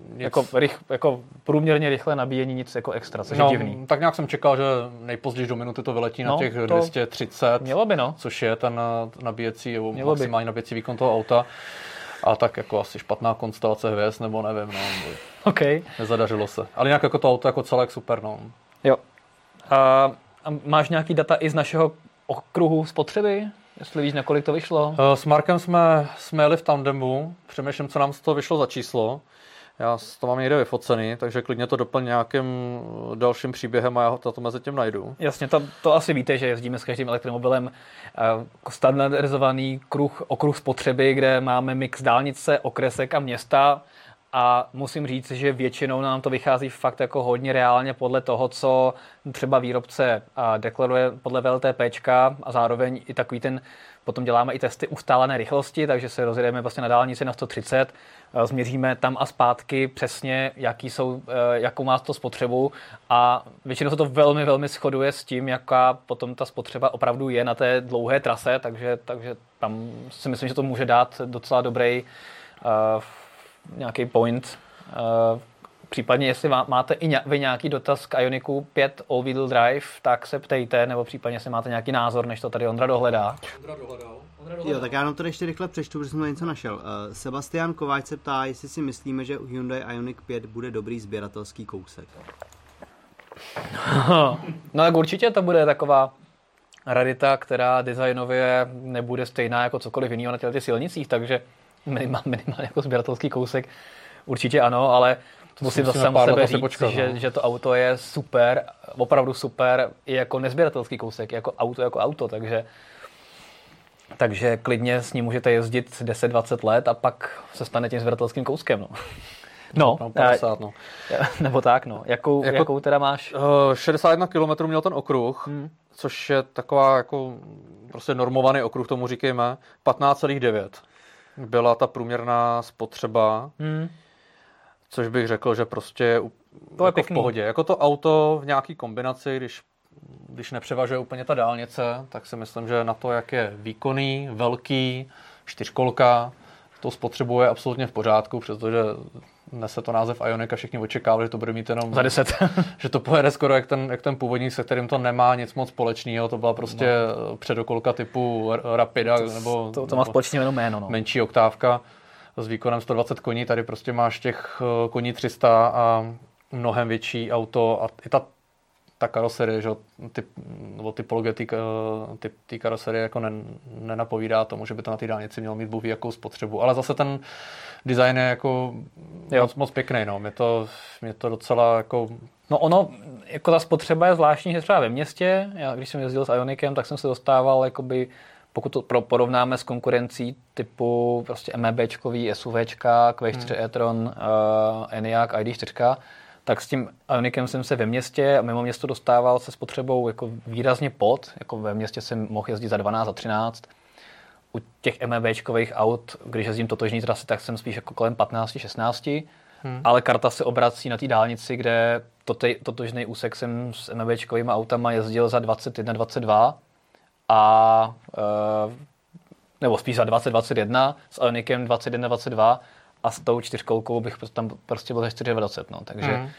jako průměrně rychlé nabíjení, nic jako extra, což je divný. Tak nějak jsem čekal, že nejpozději do minuty to vyletí na těch 230, mělo by, no. Což je ten nabíjecí, maximální nabíjecí výkon toho auta. A tak jako asi špatná konstelace hvězd, nebo nevím, no. Okay. Nezadařilo se. Ale nějak jako to auto jako celek super, no. Jo. A máš nějaký data i z našeho okruhu spotřeby? Jestli víš, na kolik to vyšlo? S Markem jsme jeli v tandemu. Přemýšlím, co nám z toho vyšlo za číslo. Já to mám někde vyfocený, takže klidně to doplň nějakým dalším příběhem a já to mezi tím najdu. Jasně, to asi víte, že jezdíme s každým elektromobilem standardizovaný okruh spotřeby, kde máme mix dálnice, okresek a města a musím říct, že většinou nám to vychází fakt jako hodně reálně podle toho, co třeba výrobce deklaruje podle VLTPčka a zároveň i takový ten, potom děláme i testy ustálené rychlosti, takže se rozjedeme vlastně na dálnici na 130, změříme tam a zpátky přesně, jakou má to spotřebu a většinou se to velmi, velmi shoduje s tím, jaká potom ta spotřeba opravdu je na té dlouhé trase, takže tam si myslím, že to může dát docela dobrý nějaký point, případně, jestli máte i vy nějaký dotaz k Ioniqu 5 all-wheel drive, tak se ptejte, nebo případně, jestli máte nějaký názor, než to tady Ondra dohledá. Jo, tak já nám to ještě rychle přečtu, protože jsem to něco našel. Sebastian Kováč se ptá, jestli si myslíme, že u Hyundai Ioniq 5 bude dobrý sběratelský kousek. No tak určitě to bude taková rarita, která designově nebude stejná jako cokoliv jiného na těch silnicích, takže minimálně jako sběratelský kousek určitě ano, ale musím zase sám sebe říct, že to auto je super, opravdu super, i jako nezběratelský kousek, jako auto, takže klidně s ním můžete jezdit 10-20 let a pak se stane tím sběratelským kouskem. No, 50, no. Nebo tak, no. Jakou teda máš? 61 km měl ten okruh, což je taková jako prostě normovaný okruh, tomu říkejme, 15,9. Byla ta průměrná spotřeba, což bych řekl, že prostě je to jako v pohodě. Jako to auto v nějaký kombinaci, když nepřevažuje úplně ta dálnice, tak si myslím, že na to, jak je výkonný, velký, 4kolka, to spotřebuje absolutně v pořádku, protože nese to název Ioniq a všichni očekávali, že to bude mít jenom za 10. Že to pojede skoro jak ten původní, se kterým to nemá nic moc společného. To byla prostě předokolka typu Rapida nebo to má společně jenom jméno. No. Menší oktávka s výkonem 120 koní. Tady prostě máš těch koní 300 a mnohem větší auto a i ta karoserie, že nebo typologie té karoserie jako nenapovídá tomu, že by to na té dálnici mělo mít bůh ví jakou spotřebu. Ale zase ten design je jako moc pěkný. No. Mě to docela jako... No ono, jako ta spotřeba je zvláštní, že třeba ve městě, já když jsem jezdil s Ioniqem, tak jsem se dostával, jakoby, pokud to porovnáme s konkurencí typu prostě MEBčkový, SUVčka, Q4 e-tron, Enyaq, ID4, tak s tím Ioniqem jsem se ve městě a mimo město dostával se spotřebou jako výrazně pod, jako ve městě jsem mohl jezdit za 12, za 13. U těch MEBčkových aut, když jezdím totožní trasy, tak jsem spíš jako kolem 15, 16. Ale karta se obrací na té dálnici, kde totožný úsek jsem s MEBčkovými autama jezdil za 21, 22 a nebo spíš za 20, 21 s Ioniqem 21, 22 a s tou 4kolkou bych tam prostě byl za 420, no, takže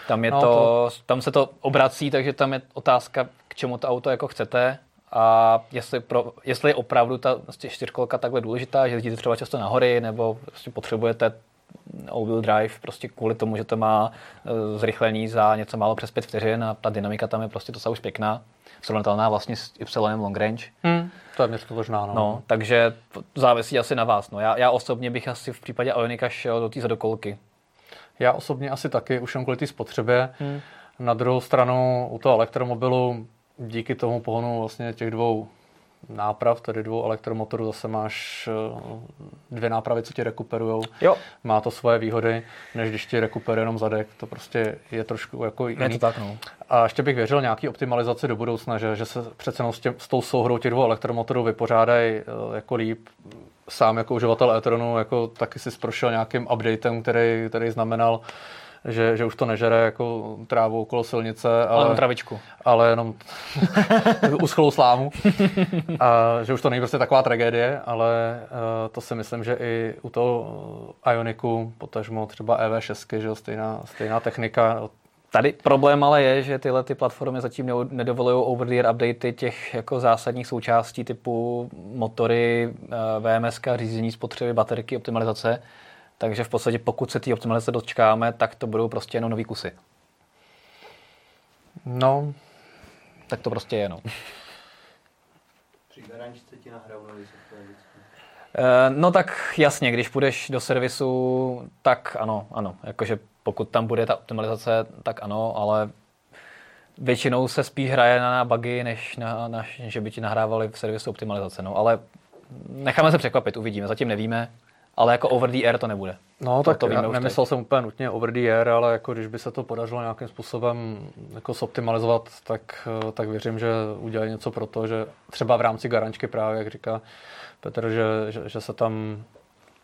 tam se to obrací, takže tam je otázka, k čemu to auto jako chcete a jestli je opravdu ta 4kolka takhle důležitá, že jezdíte třeba často na hory, nebo prostě potřebujete all-wheel drive prostě kvůli tomu, že to má zrychlení za něco málo přes 5 vteřin a ta dynamika tam je prostě docela už pěkná, srovnatelná vlastně s Y long range. To je mě totožná, no. No, takže závisí asi na vás. No. Já osobně bych asi v případě Ioniqa šel do té zadokolky. Já osobně asi taky, už jen kvůli té spotřebě. Na druhou stranu u toho elektromobilu díky tomu pohonu vlastně těch dvou náprav, tedy dvou elektromotorů, zase máš 2 nápravy, co ti rekuperujou. Jo. Má to svoje výhody, než když ti rekuperuje jenom zadek. To prostě je trošku jako jiný. Je to tak, no. A ještě bych věřil nějaký optimalizaci do budoucna, že se přece s tou souhrou těch 2 elektromotorů vypořádají jako líp. Sám jako uživatel e-tronu jako taky si prošel nějakým updatem, který znamenal, že už to nežere jako trávu okolo silnice, ale travičku. Ale jenom uschlou slámu. A že už to není prostě taková tragédie, ale to si myslím, že i u toho Ioniqu, potažmo třeba EV6, že stejná technika. Tady problém ale je, že tyhle ty platformy zatím nedovolují over-the-air updaty těch jako zásadních součástí typu motory, VMS, řízení spotřeby, baterky, optimalizace. Takže v podstatě pokud se té optimalizace dočkáme, tak to budou prostě jenom nový kusy. No. Tak to prostě je, no. Při garančce ti nahrajou nový software vždycky. No tak jasně, když půjdeš do servisu, tak ano. Jakože pokud tam bude ta optimalizace, tak ano, ale většinou se spíš hraje na bugy, než na že by ti nahrávali v servisu optimalizace. No, ale necháme se překvapit, uvidíme, zatím nevíme. Ale jako over the air to nebude. No tak nemyslel jsem úplně nutně over the air, ale jako když by se to podařilo nějakým způsobem jako zoptimalizovat, tak věřím, že udělají něco pro to, že třeba v rámci garančky právě, jak říká Petr, že se tam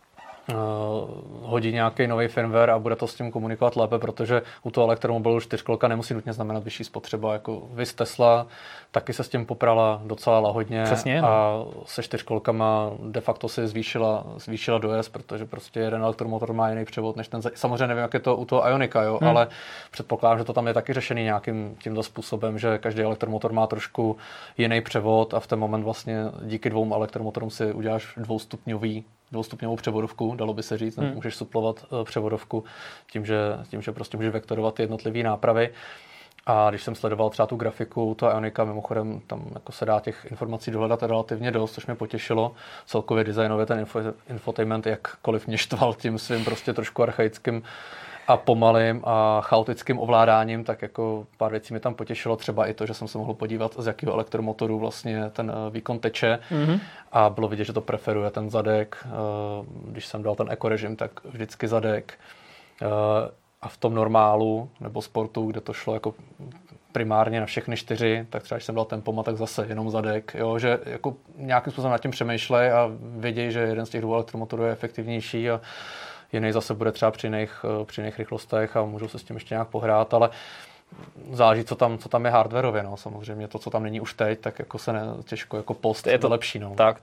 hodí nějaký nový firmware a bude to s tím komunikovat lépe, protože u toho elektromobilu 4kolka nemusí nutně znamenat vyšší spotřeba. Jako vys Tesla taky se s tím poprala docela lahodně. Přesně, no. A se 4kolkama de facto si zvýšila dojezd, protože prostě jeden elektromotor má jiný převod než ten. Samozřejmě nevím, jak je to u toho Ionika, jo, ale předpokládám, že to tam je taky řešený nějakým tímto způsobem, že každý elektromotor má trošku jiný převod a v ten moment vlastně díky 2 elektromotorům si uděláš dvoustupňovou převodovku, dalo by se říct, můžeš suplovat převodovku tím, že prostě můžeš vektorovat ty jednotlivé nápravy. A když jsem sledoval třeba tu grafiku toho Ionika, mimochodem tam jako se dá těch informací dohledat relativně dost, což mě potěšilo. Celkově designově ten infotainment jakkoliv mě štval tím svým prostě trošku archaickým a pomalým a chaotickým ovládáním, tak jako pár věcí mě tam potěšilo, třeba i to, že jsem se mohl podívat, z jakého elektromotoru vlastně ten výkon teče a bylo vidět, že to preferuje ten zadek. Když jsem dal ten ekorežim, tak vždycky zadek. A v tom normálu nebo sportu, kde to šlo jako primárně na všechny 4, tak třeba když jsem dal tempomat, tak zase jenom zadek. Jo, že jako nějakým způsobem nad tím přemýšlej a vědějí, že jeden z těch 2 elektromotorů je efektivnější a jiný zase bude třeba při jiných rychlostech a můžou se s tím ještě nějak pohrát, ale záleží, co tam je hardwareově, no. Samozřejmě to, co tam není už teď, tak jako se těžko jako post je to lepší, no. Tak.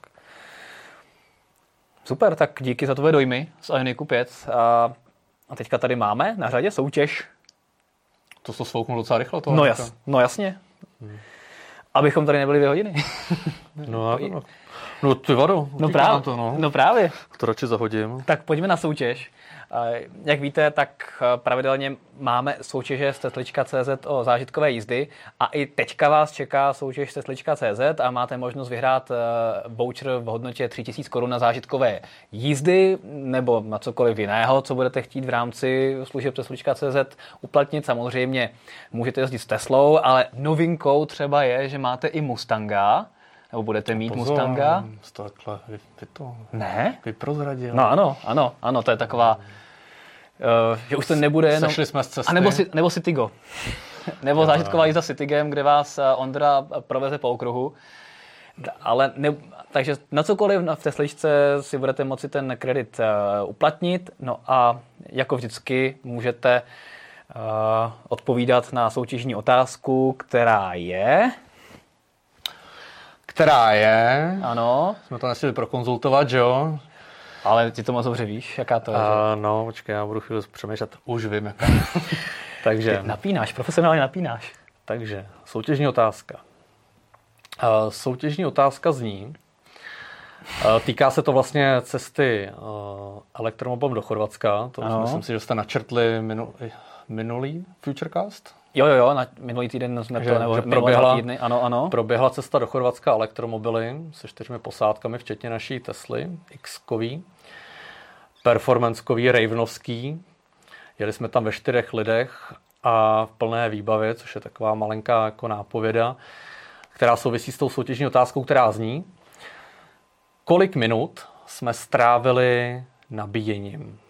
Super, tak díky za tvoje dojmy z Ioniqu 5 a teďka tady máme na řadě soutěž. To se svouknul docela rychle toho. No jasně. Abychom tady nebyli vyhodiny. No ty vado, no právě. To radši zahodím. Tak pojďme na soutěž. Jak víte, tak pravidelně máme soutěže z Teslička.cz o zážitkové jízdy a i teďka vás čeká soutěž z Teslička.cz a máte možnost vyhrát voucher v hodnotě 3000 Kč na zážitkové jízdy nebo na cokoliv jiného, co budete chtít v rámci služeb Teslička.cz uplatnit. Samozřejmě můžete jezdit s Teslou, ale novinkou třeba je, že máte i Mustanga, nebo budete mít Mustanga. Takhle, vy to ne? Vyprozradil. No ano, to je taková, že už to nebude jenom... Sešli jsme z cesty. A nebo Citigo. Nebo zážitková jízda Citigem, kde vás Ondra proveze po okruhu. Ale takže na cokoliv v Tesličce si budete moci ten kredit uplatnit. No a jako vždycky můžete odpovídat na soutěžní otázku, která je... Ano. Jsme to nestihli prokonzultovat, že jo? Ale ty to moc dobře víš, jaká to je. No, počkej, já budu chvíli přemýšlet. Už vím, jaká. Takže... Ty napínáš, profesionálně napínáš. Takže, soutěžní otázka. Soutěžní otázka zní, týká se to vlastně cesty elektromobilem do Chorvatska. To myslím si, že jste načrtli minulý Futurecast. Jo, minulý týden jsme to, nebo proběhla, týdny, ano. Proběhla cesta do Chorvatska elektromobily se 4 posádkami, včetně naší Tesly, X-kový, performancekový, ravenovský. Jeli jsme tam ve 4 lidech a v plné výbavě, což je taková malinká jako nápověda, která souvisí s tou soutěžní otázkou, která zní: kolik minut jsme strávili nabíjením?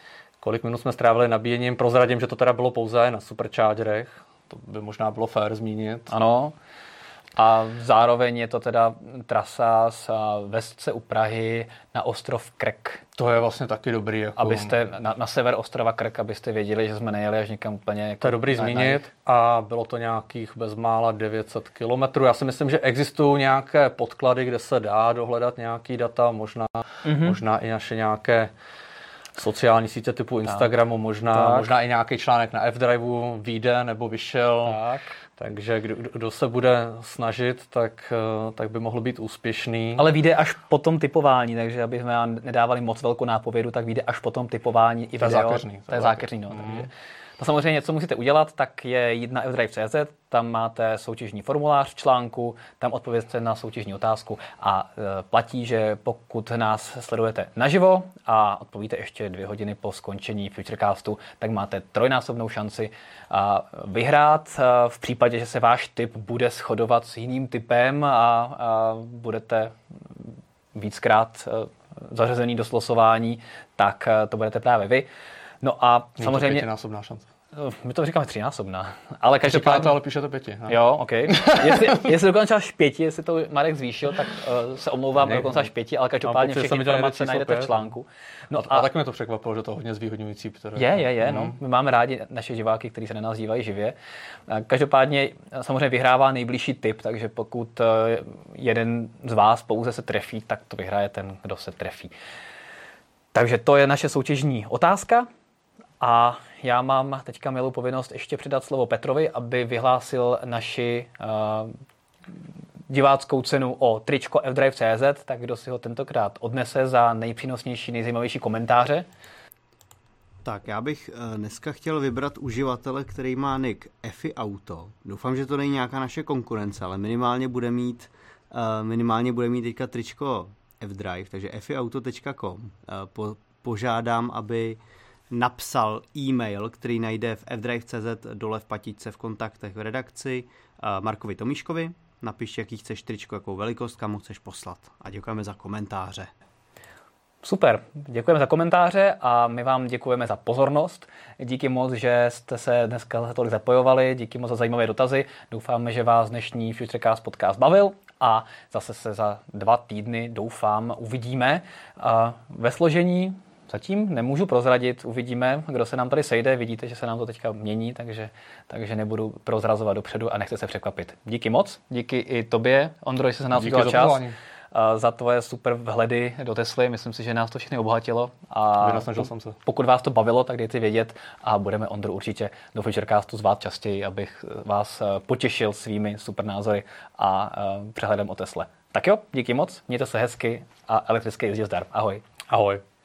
Prozradím, že to teda bylo pouze na superchargerech. To by možná bylo fér zmínit. Ano. A zároveň je to teda trasa z Vesce u Prahy na ostrov Krk. To je vlastně taky dobrý. Jako... Abyste na sever ostrova Krk, abyste věděli, že jsme nejeli až někam úplně... Jako to je dobrý zmínit a bylo to nějakých bezmála 900 kilometrů. Já si myslím, že existují nějaké podklady, kde se dá dohledat nějaký data, možná i naše nějaké sociální sítě typu Instagramu, možná i nějaký článek na F-Driveu vyjde nebo vyšel. Takže kdo se bude snažit, tak by mohl být úspěšný. Ale vyjde až po tom typování, takže abychom nedávali moc velkou nápovědu, tak vyjde až po tom typování i video. To je zákeřný. No. Takže. No samozřejmě, co musíte udělat, tak je jít na fdrive.cz, tam máte soutěžní formulář v článku, tam odpovězte na soutěžní otázku a platí, že pokud nás sledujete naživo a odpovíte ještě 2 hodiny po skončení Futurecastu, tak máte 3násobnou šanci vyhrát v případě, že se váš tip bude shodovat s jiným tipem a budete víckrát zařazený do slosování, tak to budete právě vy. No a samozřejmě... To 5násobná šance. My to říkáme 3násobná. Ale každopádně... ale píše to 5. No. Jo, OK. Jestli dokonce až 5, jestli to Marek zvýšil, tak se omlouvám, dokonce až 5, ale každopádně všechny informace najdete v článku. No a tak mě to překvapilo, že to hodně zvýhodňující. Je. No. My máme rádi naše diváky, kteří se nenazývají živě. Každopádně samozřejmě vyhrává nejbližší tip, takže pokud jeden z vás pouze se trefí, tak to vyhraje ten, kdo se trefí. Takže to je naše soutěžní otázka a já mám teďka milou povinnost ještě předat slovo Petrovi, aby vyhlásil naši diváckou cenu o tričko fdrive.cz, tak kdo si ho tentokrát odnese za nejpřínosnější, nejzajímavější komentáře. Tak, já bych dneska chtěl vybrat uživatele, který má nick Efi Auto. Doufám, že to není nějaká naše konkurence, ale minimálně bude mít teďka tričko fdrive, takže efiauto.com. Požádám, aby napsal e-mail, který najde v fdrive.cz dole v patičce v kontaktech v redakci Markovi Tomíškovi. Napiš, jaký chceš tričko, jakou velikost, kam ho chceš poslat. A děkujeme za komentáře. Super, děkujeme za komentáře a my vám děkujeme za pozornost. Díky moc, že jste se dneska tolik zapojovali, díky moc za zajímavé dotazy. Doufáme, že vás dnešní Futurecast podcast bavil a zase se za 2 týdny, doufám, uvidíme. Ve složení zatím nemůžu prozradit, uvidíme, kdo se nám tady sejde. Vidíte, že se nám to teďka mění, takže nebudu prozrazovat dopředu a nechci se překvapit. Díky moc, díky i tobě, Ondro, že jsi se nás udělal čas. Za tvoje super vhledy do Tesly. Myslím si, že nás to všechny obohatilo. A pokud vás to bavilo, tak dejte vědět a budeme Ondru určitě do Futurecastu zvát častěji, abych vás potěšil svými super názory a přehledem o Tesle. Tak jo, díky moc, mějte se hezky a elektrické jízdě zdar. Ahoj. Ahoj.